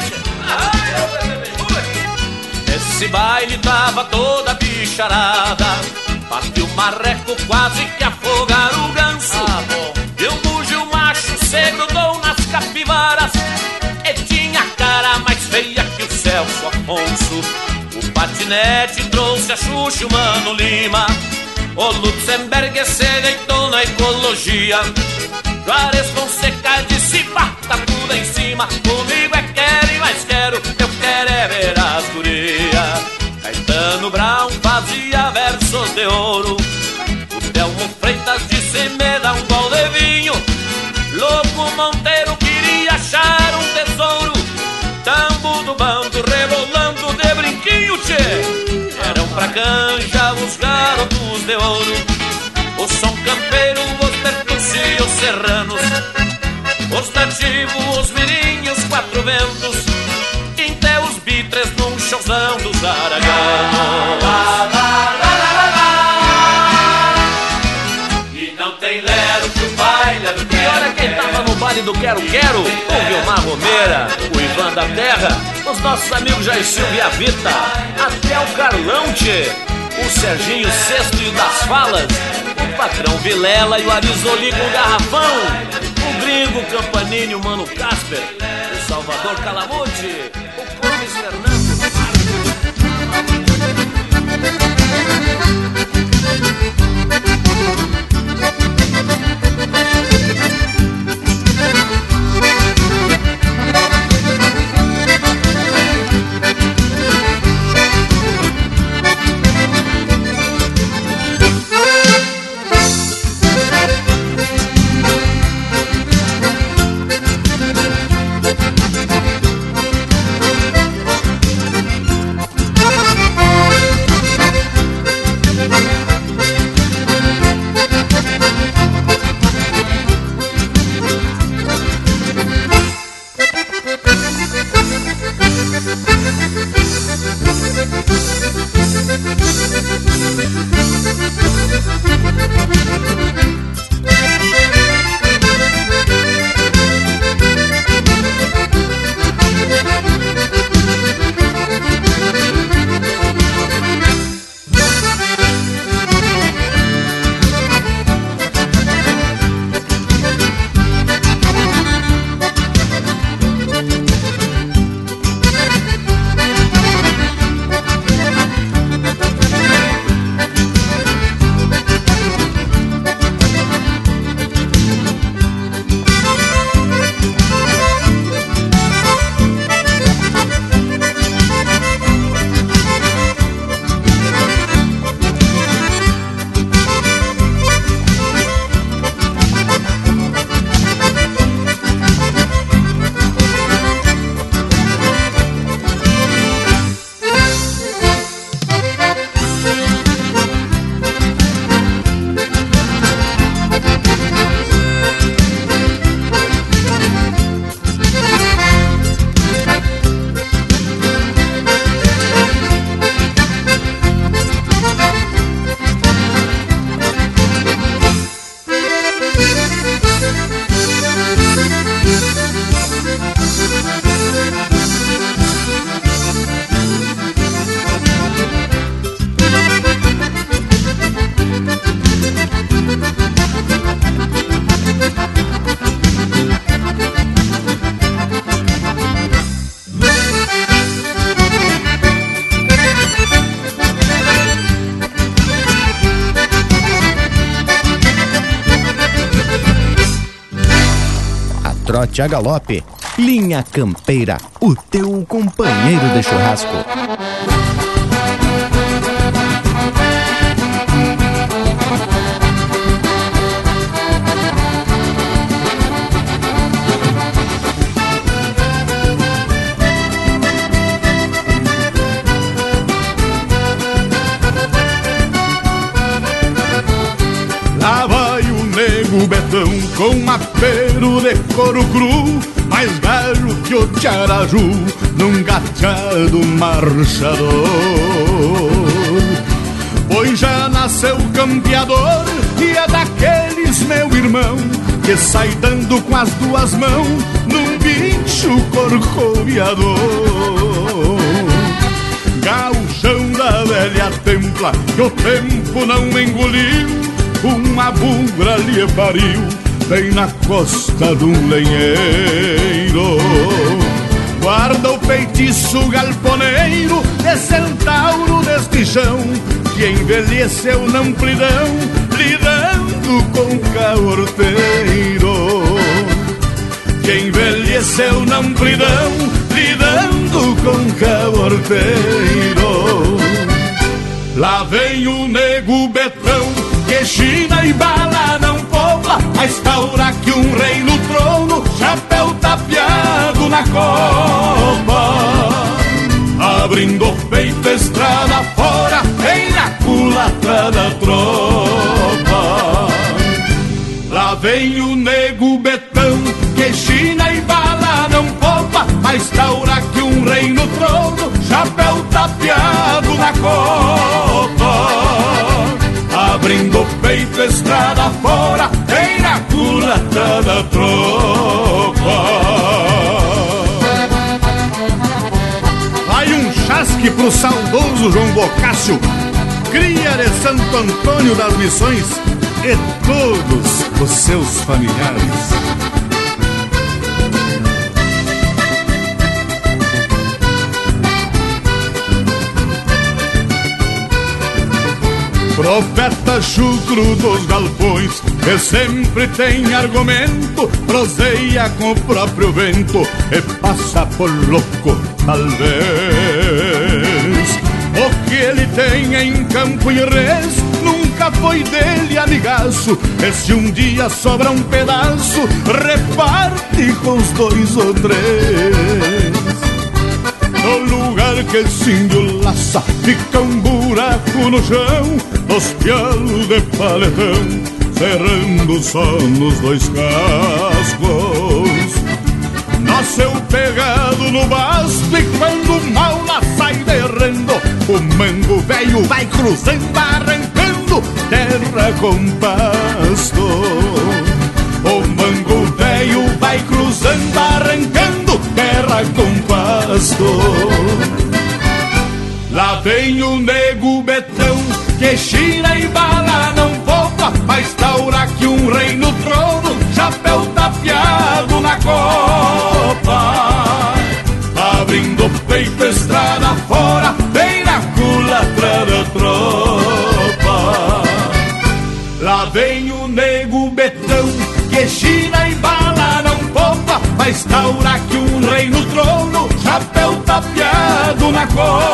Nesse baile tava toda a bicharada, partiu o marreco quase que afogar o ganso. E o bugio macho se grudou nas capivaras e tinha a cara mais feia que o Celso Afonso. O patinete trouxe a Xuxa, o Mano Lima, o Lutzenberg se deitou na ecologia. Juarez Fonseca disse bata tudo em cima, comigo é quero e mais quero, eu quero é ver as gurias. Caetano Brown fazia versos de ouro, o Telmo Freitas disse me dá um gol de vinho. Lobo Monteiro queria achar um tesouro, tambo do bando rebolando de brinquinho, tchê. Eram pra canja os garotos de ouro, o som campeiro, os Bertucci e os serranos, os nativos, os mirinhos, 4 ventos, até os bitres num showzão dos araganos. E não tem lero que o baile é do quero. E olha quem tava no baile do Quero Quero: o Vilmar Romeira, o Ivan da Terra, os nossos amigos Jair Silva e a Vita, até o Carlão, tchê, o Serginho Sexto e o das Falas, o Patrão Vilela e o Arizoli com o Garrafão, o Gringo, o Campanini, o Mano Casper, o Salvador Calamuti, o Clóvis Fernando. Norte a galope. Linha Campeira, o teu companheiro de churrasco. Lá vai o nego Betão com apero de couro cru, mais galho que o Tiaraju num gateado marchador. Pois já nasceu campeador e é daqueles, meu irmão, que sai dando com as duas mãos num bicho corcoviador. Gauchão da velha templa que o tempo não engoliu, uma bugra lhe pariu bem na costa de um lenheiro. Guarda o feitiço galponeiro de centauro deste chão, que envelheceu na amplidão, lidando com caorteiro. Que envelheceu na amplidão, lidando com caorteiro. Lá vem o nego Betão, que China e bala não poupa, mas taura que um rei no trono, chapéu tapeado na copa. Abrindo o peito estrada fora, vem na culatra da tropa. Lá vem o nego Betão, que China e bala não poupa, mas taura que um rei no trono, chapéu tapeado na copa. Abrindo o peito estrada fora, vem na culatra da tropa. Vai um chasque pro saudoso João Bocácio, cria de Santo Antônio das Missões, e todos os seus familiares. Profeta chucro dos galpões, que sempre tem argumento, proseia com o próprio vento e passa por louco, talvez. O que ele tem em campo e res nunca foi dele, amigaço. E se um dia sobra um pedaço, reparte com os dois ou três. No lugar que esse índio laça, fica um buraco no chão, nos pialos de paletão, cerrando só nos dois cascos. Nasceu pegado no basto e quando o mal lá sai derrando, o mango velho vai cruzando, arrancando terra com pasto. O mango velho vai cruzando, arrancando terra com pasto. Lá vem o nego Betão, que China e bala não poupa, mas taura que um rei no trono, chapéu tapeado na copa. Abrindo o peito estrada fora, vem na culatra da tropa. Lá vem o nego Betão, que China e bala não poupa, mas taura que um rei no trono, chapéu tapeado na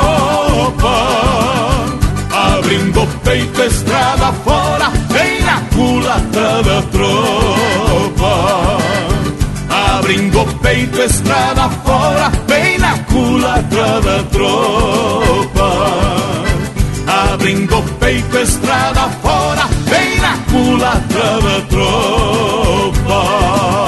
copa. Abrindo o peito estrada fora, vem na culatra da tropa. Abrindo o peito estrada fora, vem na culatra da tropa. Abrindo o peito estrada fora, vem na culatra da tropa.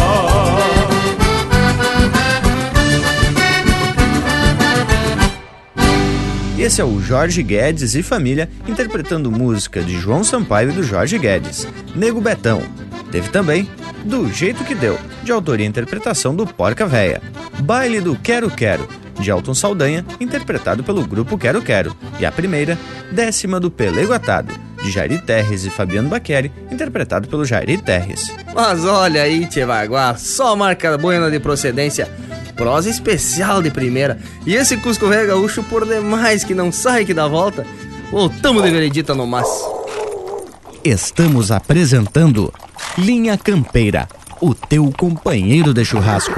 Esse é o Jorge Guedes e família interpretando música de João Sampaio e do Jorge Guedes, Nego Betão. Teve também Do Jeito Que Deu, de autoria e interpretação do Porca Véia. Baile do Quero Quero, de Alton Saldanha, interpretado pelo grupo Quero Quero. E a primeira, Décima do Pelego Atado, de Jairi Terres e Fabiano Baqueri, interpretado pelo Jairi Terres. Mas olha aí, Tchê Baguá, só marca buena de procedência, prosa especial de primeira. E esse Cusco Velho Gaúcho por demais que não sai que dá volta. Voltamos de veredita no mas. Estamos apresentando Linha Campeira, o teu companheiro de churrasco.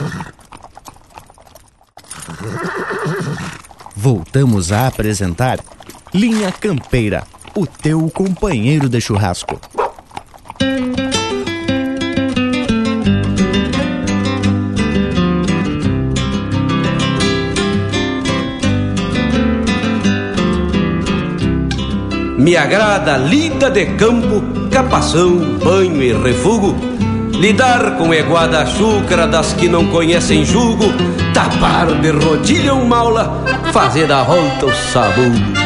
Voltamos a apresentar Linha Campeira, o teu companheiro de churrasco. Me agrada a lida de campo, capação, banho e refugo. Lidar com eguada chúcara das que não conhecem jugo. Tapar de rodilha um maula, fazer da volta o sabugo.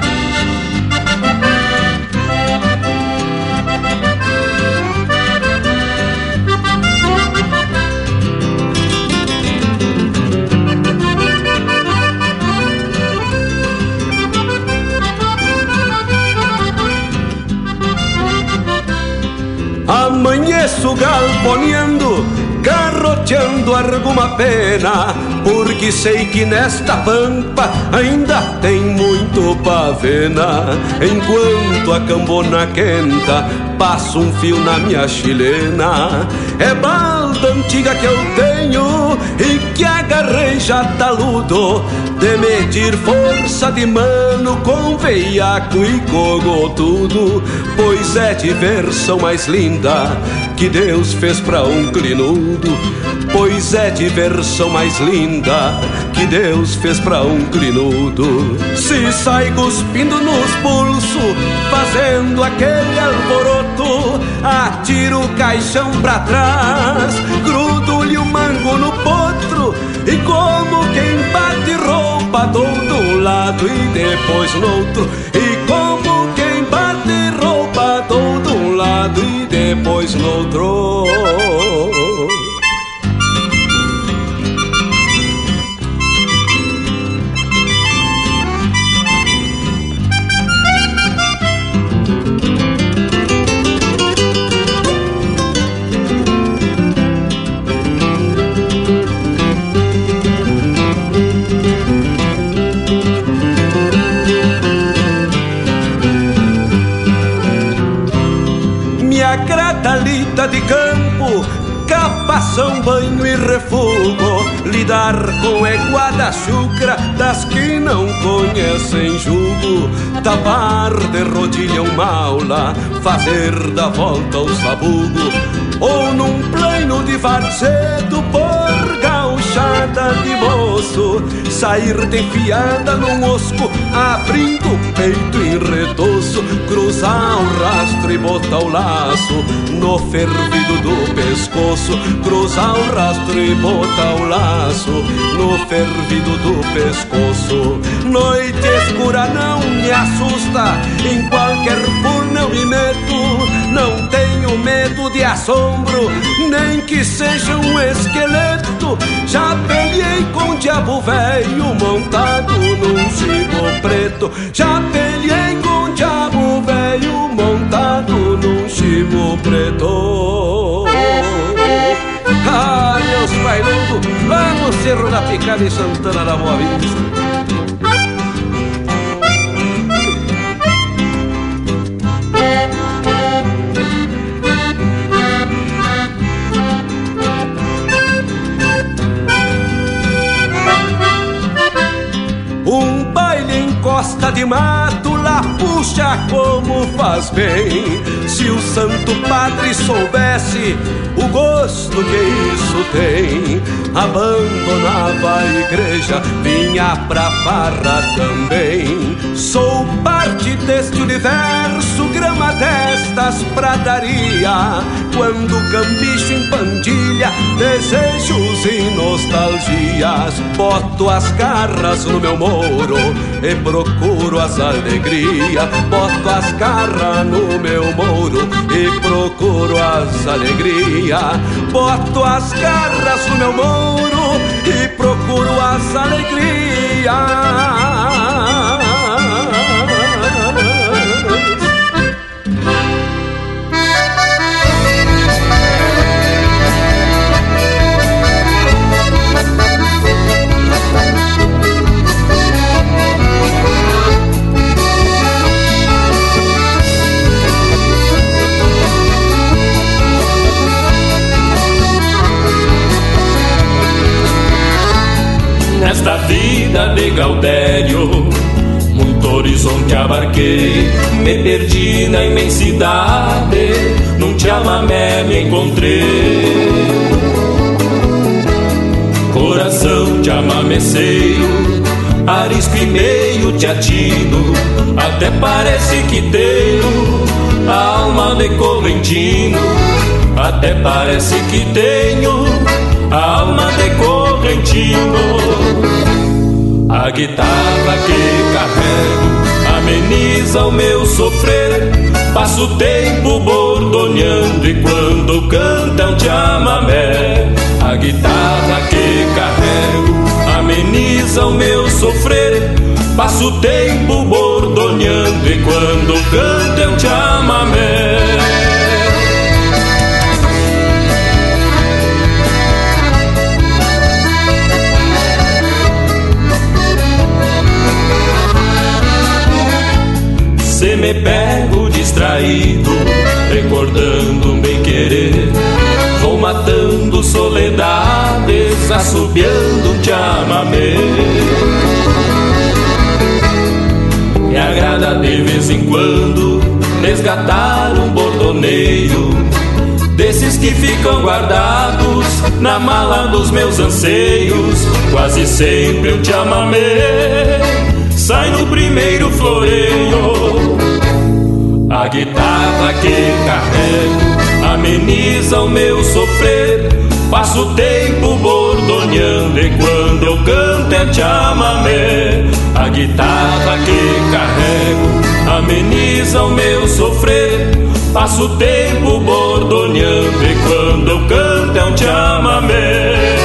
Amanheço galponeando, garroteando alguma pena, porque sei que nesta pampa ainda tem muito pavena. Enquanto a cambona quenta, passo um fio na minha chilena. É balda antiga que eu tenho e que agarrei já taludo, de medir força de mano com veiaco e cogotudo. Pois é diversão mais linda que Deus fez pra um crinudo. Pois é diversão mais linda que Deus fez pra um crinudo. Se sai cuspindo nos pulsos, fazendo aquele alboroto, atiro o caixão pra trás, grudo-lhe o mango no potro, e como quem bate roupa dou de um lado e depois no outro. E como quem bate roupa dou de um lado e depois no outro. Lida de campo, capação, banho e refugo. Lidar com eguada chúcara das que não conhecem jugo. Tapar de rodilha um maula, fazer da volta o sabugo. Ou num plano de varzedo por gauchada de moço, sair de enfiada num osco, abrindo o peito em retoço, cruzar o rastro e botar o laço no fervido do pescoço. Cruzar o rastro e botar o laço no fervido do pescoço. Noite escura não me assusta, em qualquer furna eu me meto. Não tenho medo de assombro, nem que seja um esqueleto. Já peleei com o diabo velho montado num chibo preto. Já peleei com o diabo velho montado num chibo preto. Ah, meus bailudos, lá no Cerro da Picada em Santana da Boa Vista. Costa de mato, lá puxa como faz bem. Se o santo padre soubesse o gosto que isso tem, abandonava a igreja, vinha pra farra também. Sou parte deste universo, grama destas pradaria, quando cambicho em pandilha, desejos e nostalgias. Boto as garras no meu moro e procuro as alegrias. Boto as garras no meu moro e procuro as alegrias. Boto as garras no meu moro e procuro as alegrias. nesta vida de Gaudério. Muito horizonte abarquei, me perdi na imensidade, num chamamé me encontrei. Coração chamameceiro, arisco e meio te atino, até parece que tenho a alma de correntino, até parece que tenho a alma de correntino. A guitarra que carrego ameniza o meu sofrer, passo o tempo bordoneando e quando canta um chamamé. A guitarra que carrego ameniza o meu sofrer, passo o tempo bordoneando e quando canta um chamamé. Se me pego distraído, recordando um bem-querer, vou matando soledades, assobiando um chamamé. Me agrada de vez em quando resgatar um bordoneio, desses que ficam guardados na mala dos meus anseios. Quase sempre um chamamé sai no primeiro floreio. A guitarra que carrego ameniza o meu sofrer, passo o tempo bordoneando e quando eu canto é chamamé. A guitarra que carrego ameniza o meu sofrer, passo o tempo bordoneando e quando eu canto é um chamamé.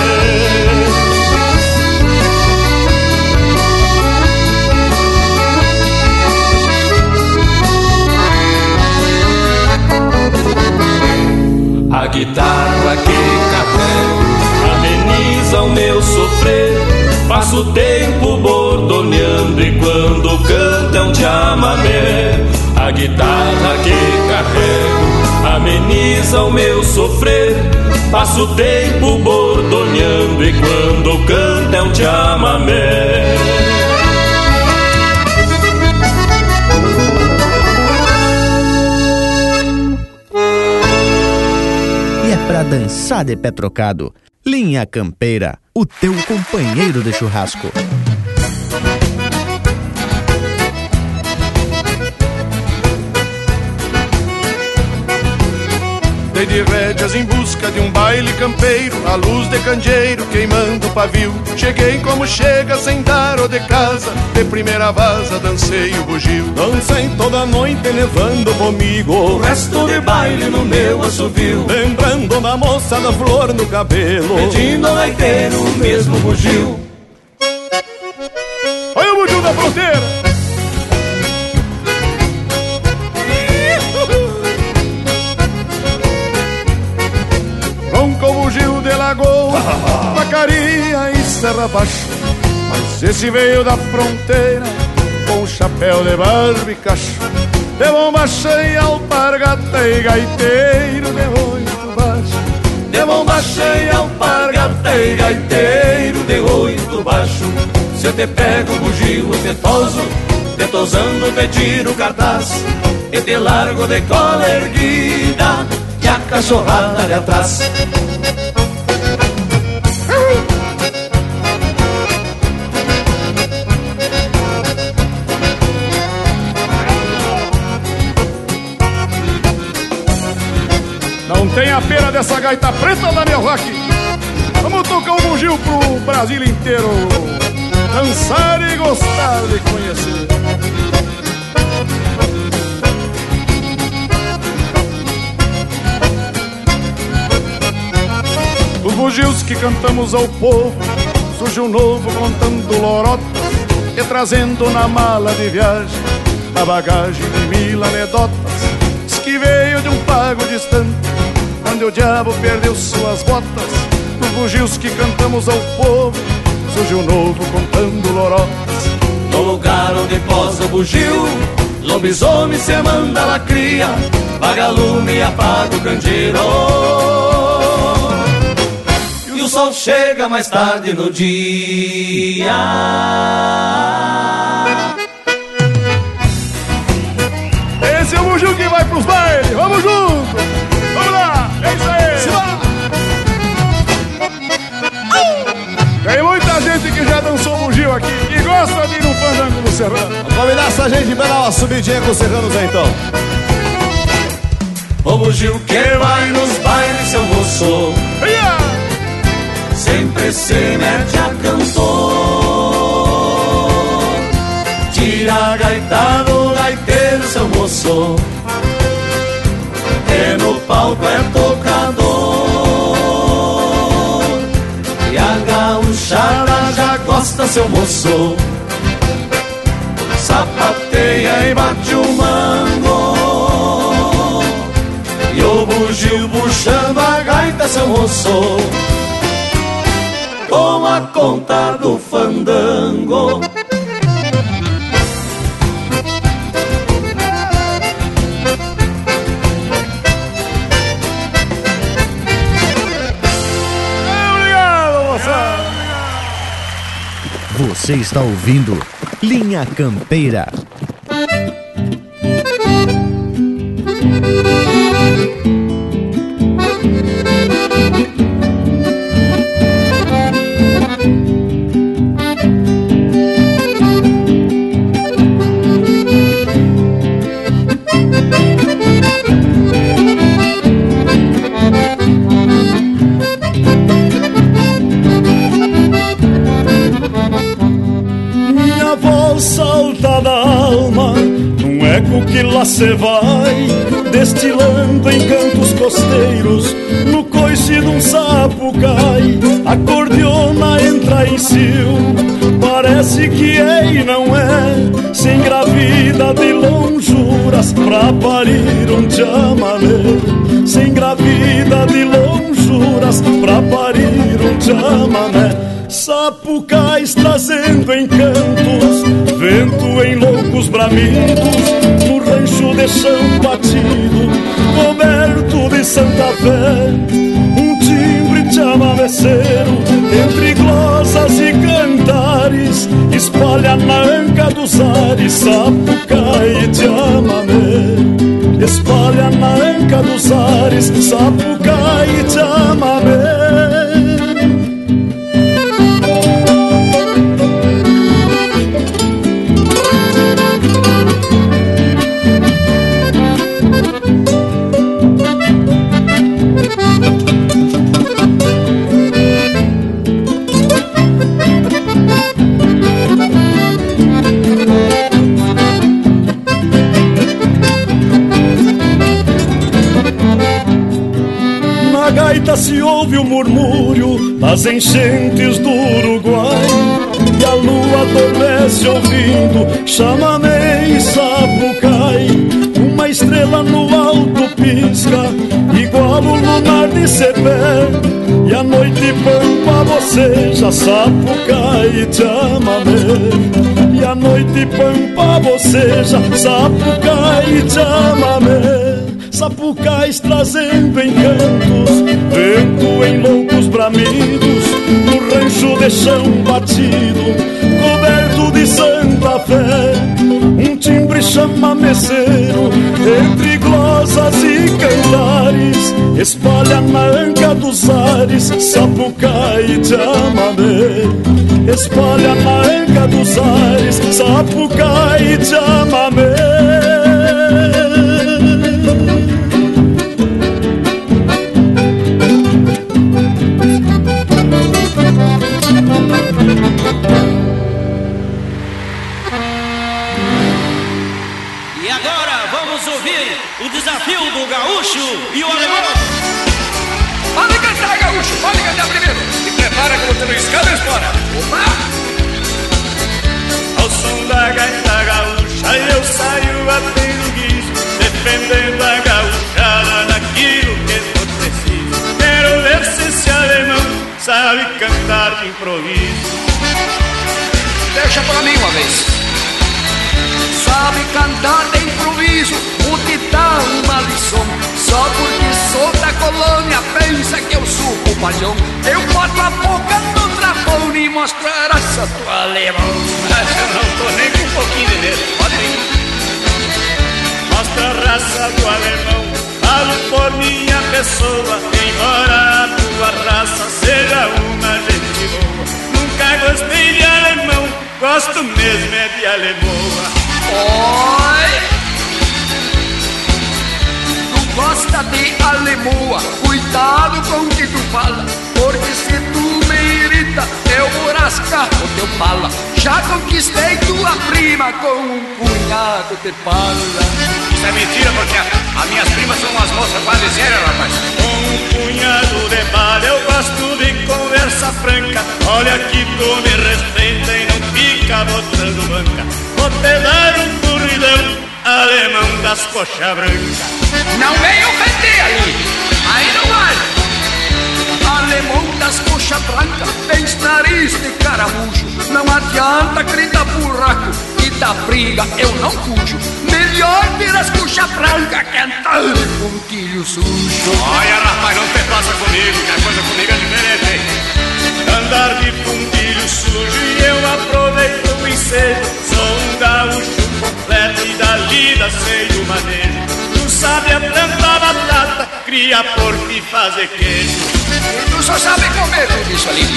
A guitarra que carrego ameniza o meu sofrer, passo o tempo bordoneando e quando canto é um chamamé. A guitarra que carrego ameniza o meu sofrer, passo o tempo bordoneando e quando canto é um chamamé. E é pra dançar de pé trocado. Linha Campeira, o teu companheiro de churrasco. Dei de rédeas em busca de um baile campeiro, a luz de candeeiro queimando o pavio. Cheguei como chega sem dar o de casa, de primeira vaza dancei o bugio. Dancei toda noite levando comigo o resto de baile no meu assovio, lembrando da moça da flor no cabelo, pedindo ao gaiteiro o mesmo bugio. Olha o bugio da fronteira! Bugio de Lagoa, Vacaria e Serra Baixo. Mas esse veio da fronteira com chapéu de barba e cacho, de bomba cheia, alpargata e gaiteiro de oito baixo. De bomba cheia, alpargata e gaiteiro de oito baixo. Se eu te pego o bugio tetoso, te tosando te tiro o cartaz e te largo de cola erguida e a cachorrada de atrás. Não tem a pena dessa gaita preta da meu rock. Vamos tocar um bugio pro Brasil inteiro dançar e gostar de conhecer. Dos bugios que cantamos ao povo, surge um novo contando lorotas e trazendo na mala de viagem a bagagem de 1000 anedotas. Diz que veio de um pago distante, onde o diabo perdeu suas botas. Dos bugios que cantamos ao povo, surge um novo contando lorotas. No lugar onde posa o bugio, lobisomem se manda lacria, vagalume e apaga o candeeiro. E o sol chega mais tarde no dia. Esse é o bugio que vai pros bailes, vamos junto! Vamos lá, é isso aí! Se lá. Tem muita gente que já dançou bugio aqui e gosta de ir no fandango do Serrano. Vamos convidar essa gente pra dar uma subidinha com os serranos aí, então. O bugio que vai nos bailes, seu moço, sempre se mete a cantor. Tira a gaita do gaiteiro, seu moço, e no palco é tocador. E a gauchada já gosta, seu moço, sapateia e bate o mango. E o bugio puxando a gaita, seu moço, toma conta do fandango. Obrigado, moçada. Você está ouvindo Linha Campeira. Minha voz salta da alma num eco que lá cê vai, destilando em cantos costeiros, no coice de um sapo cai. A cordiona entra em cio, parece que é e não é, se engravida de lonjuras pra parir um chamamé. Se engravida de lonjuras pra parir um chamamé. Sapucais trazendo encantos, vento em loucos bramidos, no rancho de chão batido, coberto de Santa Fé. Um timbre chamameceiro, entre glosas e cantares, espalha na anca dos ares, sapucai e chamamé. Espalha na anca dos ares, sapucai e chamamé. Se ouve o murmúrio das enchentes do Uruguai, e a lua adormece ouvindo chamamé e sapucai. Uma estrela no alto pisca, igual o lunar de Cepé, e a noite pampa boceja, sapucai e chamamé. E a noite pampa boceja, sapucai e chamamé. Sapucais trazendo encantos, vento em loucos bramidos, no rancho de chão batido, coberto de Santa Fé. Um timbre chamameceiro, entre glosas e cantares, espalha na anca dos ares, sapucai e chamamé. Espalha na anca dos ares, sapucai e chamamé. E agora vamos ouvir o desafio do gaúcho e o alemão. Pode cantar, gaúcho, pode cantar primeiro. E prepara que eu tô no escada e espora. Opa! Ao som da gaita gaúcha eu saio a ter guiso, defendendo a gauchada naquilo que for preciso. Quero ver se esse alemão sabe cantar de improviso. Deixa pra mim uma vez. Sabe cantar de improviso, o ditado uma lição. Só porque sou da colônia, pensa que eu sou o palhão. Eu boto a boca no trapone e mostro a raça do alemão. Eu não tô nem com um pouquinho de medo, pode ir. Mostra a raça do alemão, falo por minha pessoa. Embora a tua raça seja uma gente boa, nunca gostei de alemão, gosto mesmo é de alemoa. Oi! Gosta de alemoa, cuidado com o que tu fala, porque se tu me irrita, eu vou rascar o teu pala. Já conquistei tua prima com um punhado de pala. Isso é mentira, porque as minhas primas são umas moças quase sérias, rapaz. Com um punhado de bala eu gosto de conversa franca. Olha que tu me respeita e não fica botando banca. Vou te dar um corridão, alemão das coxas brancas. Não vem ofender ali, aí não vai. Alemão das coxas brancas, tens nariz de caramujo. Não adianta gritar buraco e da briga eu não fujo. Melhor vir as coxas brancas que andar de pontilho sujo. Olha, rapaz, não te passa comigo, que a coisa comigo é diferente, hein? Andar de pontilho sujo e eu aproveito o ensejo. Sou um gaúcho completo e da lida sei o manejo. Sabe a plantar batata, cria porco e fazer queijo. Tu só sabe comer tudo isso ali.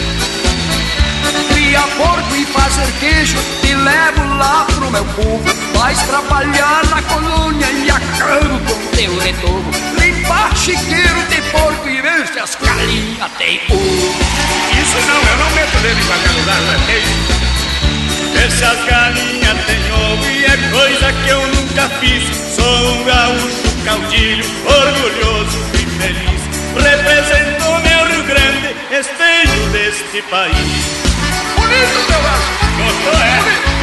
Cria porco e fazer queijo, te levo lá pro meu povo. Vais trabalhar na colônia e acabo com teu retorno. Limpar chiqueiro de porco e ver se as galinhas têm ovo. Isso não, eu não meto dele em qualquer lugar, não é feio. Ver se as galinhas têm ovo e é coisa que eu nunca fiz. Sou um gaúcho caudilho, orgulhoso e feliz. Represento o meu Rio Grande, esteio deste país. Bonito, meu gaúcho! Gostou, é?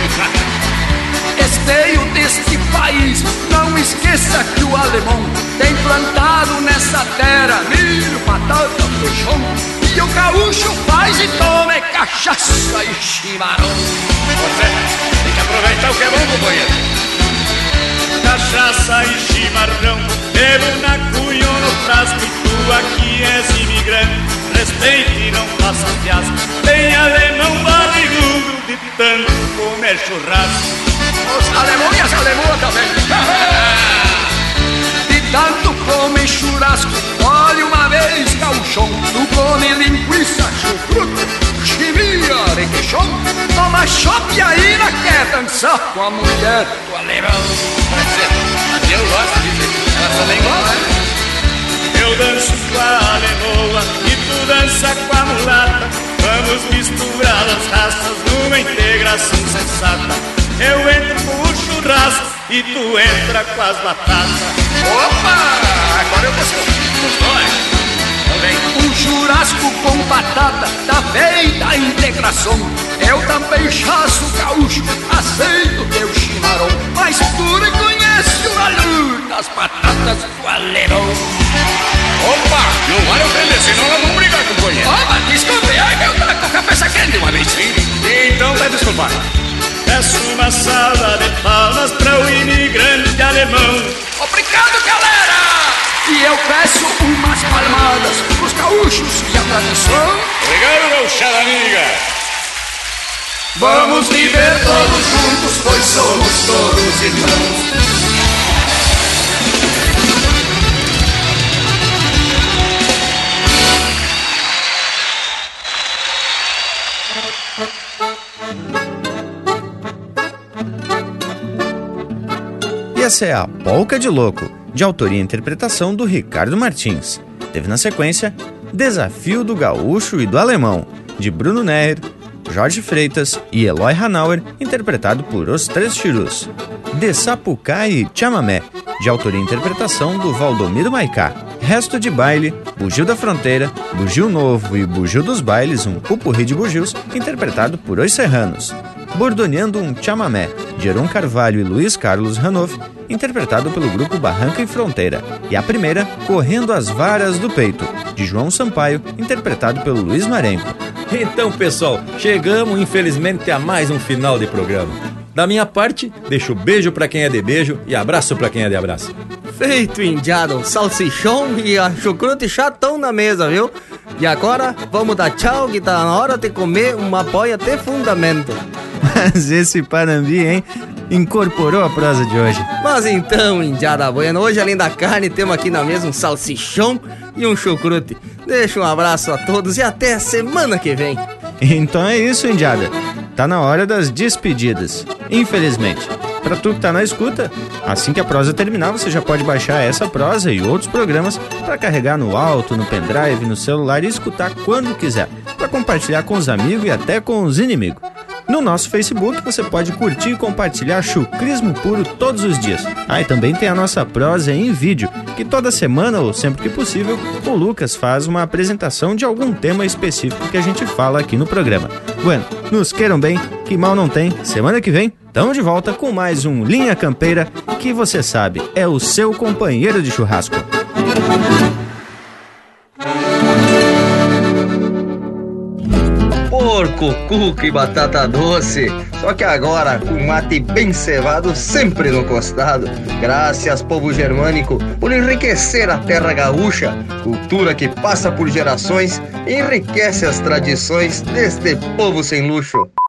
Esteio deste país. Não esqueça que o alemão tem plantado nessa terra milho, batata, feijão. E o gaúcho faz e toma é cachaça e chimarrão. Você tem que aproveitar o que é bom, companheiro. Cachaça e chimarrão, bebo na cunha ou no frasco. E tu aqui és imigrante, respeite e não faça fiasco. Tem alemão barrigudo de tanto comer churrasco. Os alemão e as alemoas também. De tanto comer churrasco, olha uma vez gauchão. Tu come linguiça, chucruto, chimia, requeixão. Toma chope e ainda quer dançar com a mulher do alemão. Eu gosto disso, elas também gostam, né? Eu danço com a alemoa e tu dança com a mulata. Vamos misturar as raças numa integração sensata. Eu entro com o churrasco e tu entra com as batatas. Opa! Agora eu gostei. Um churrasco com batata, tá feita a integração. Eu também chaço gaúcho, aceito teu chimarrão. Mas tu reconhece o valor das batatas do alemão. Opa, não vale ofender, senão nós vamos brigar, companheiro. Opa, desculpe, ai meu, tá com a cabeça quente uma vez. Então tá desculpado. Peço uma salva de palmas para o imigrante alemão. Obrigado, galera! E eu peço umas palmadas pros gaúchos e a tradição. Obrigado, gauchada amiga. Vamos viver todos juntos, pois somos todos irmãos. E essa é a Polca de Louco, de autoria e interpretação do Ricardo Martins. Teve na sequência Desafio do Gaúcho e do Alemão, de Bruno Neher, Jorge Freitas e Eloy Hanauer, interpretado por Os Três Chirus. De Sapucá e Chamamé, de autoria e interpretação do Valdomiro Maicá. Resto de Baile, Bugio da Fronteira, Bugio Novo e Bugio dos Bailes, um pupurri de bugios, interpretado por Os Serranos. Bordoneando um Chamamé, de Heron Carvalho e Luiz Carlos Hanoff, interpretado pelo grupo Barranca e Fronteira. E a primeira, Correndo as Varas do Peito, de João Sampaio, interpretado pelo Luiz Marenco. Então, pessoal, chegamos infelizmente a mais um final de programa. Da minha parte, deixo beijo pra quem é de beijo e abraço pra quem é de abraço. Feito, indiado, salsichão e a chucrute já estão na mesa, viu? E agora, vamos dar tchau que tá na hora de comer uma boia até fundamento. Mas esse Panambi, hein, incorporou a prosa de hoje. Mas então, indiada bueno, hoje além da carne temos aqui na mesa um salsichão e um chucrute. Deixa um abraço a todos e até a semana que vem. Então é isso, indiada. Tá na hora das despedidas, infelizmente. Pra tu que tá na escuta, assim que a prosa terminar, você já pode baixar essa prosa e outros programas pra carregar no alto, no pendrive, no celular e escutar quando quiser, pra compartilhar com os amigos e até com os inimigos. No nosso Facebook você pode curtir e compartilhar chucrismo puro todos os dias. E também tem a nossa prosa em vídeo, que toda semana ou sempre que possível, o Lucas faz uma apresentação de algum tema específico que a gente fala aqui no programa. Bueno, nos queiram bem, que mal não tem. Semana que vem, tamo de volta com mais um Linha Campeira, que você sabe, é o seu companheiro de churrasco. Porco, cuca e batata doce. Só que agora com mate bem cevado sempre no costado. Graças, povo germânico, por enriquecer a terra gaúcha. Cultura que passa por gerações e enriquece as tradições deste povo sem luxo.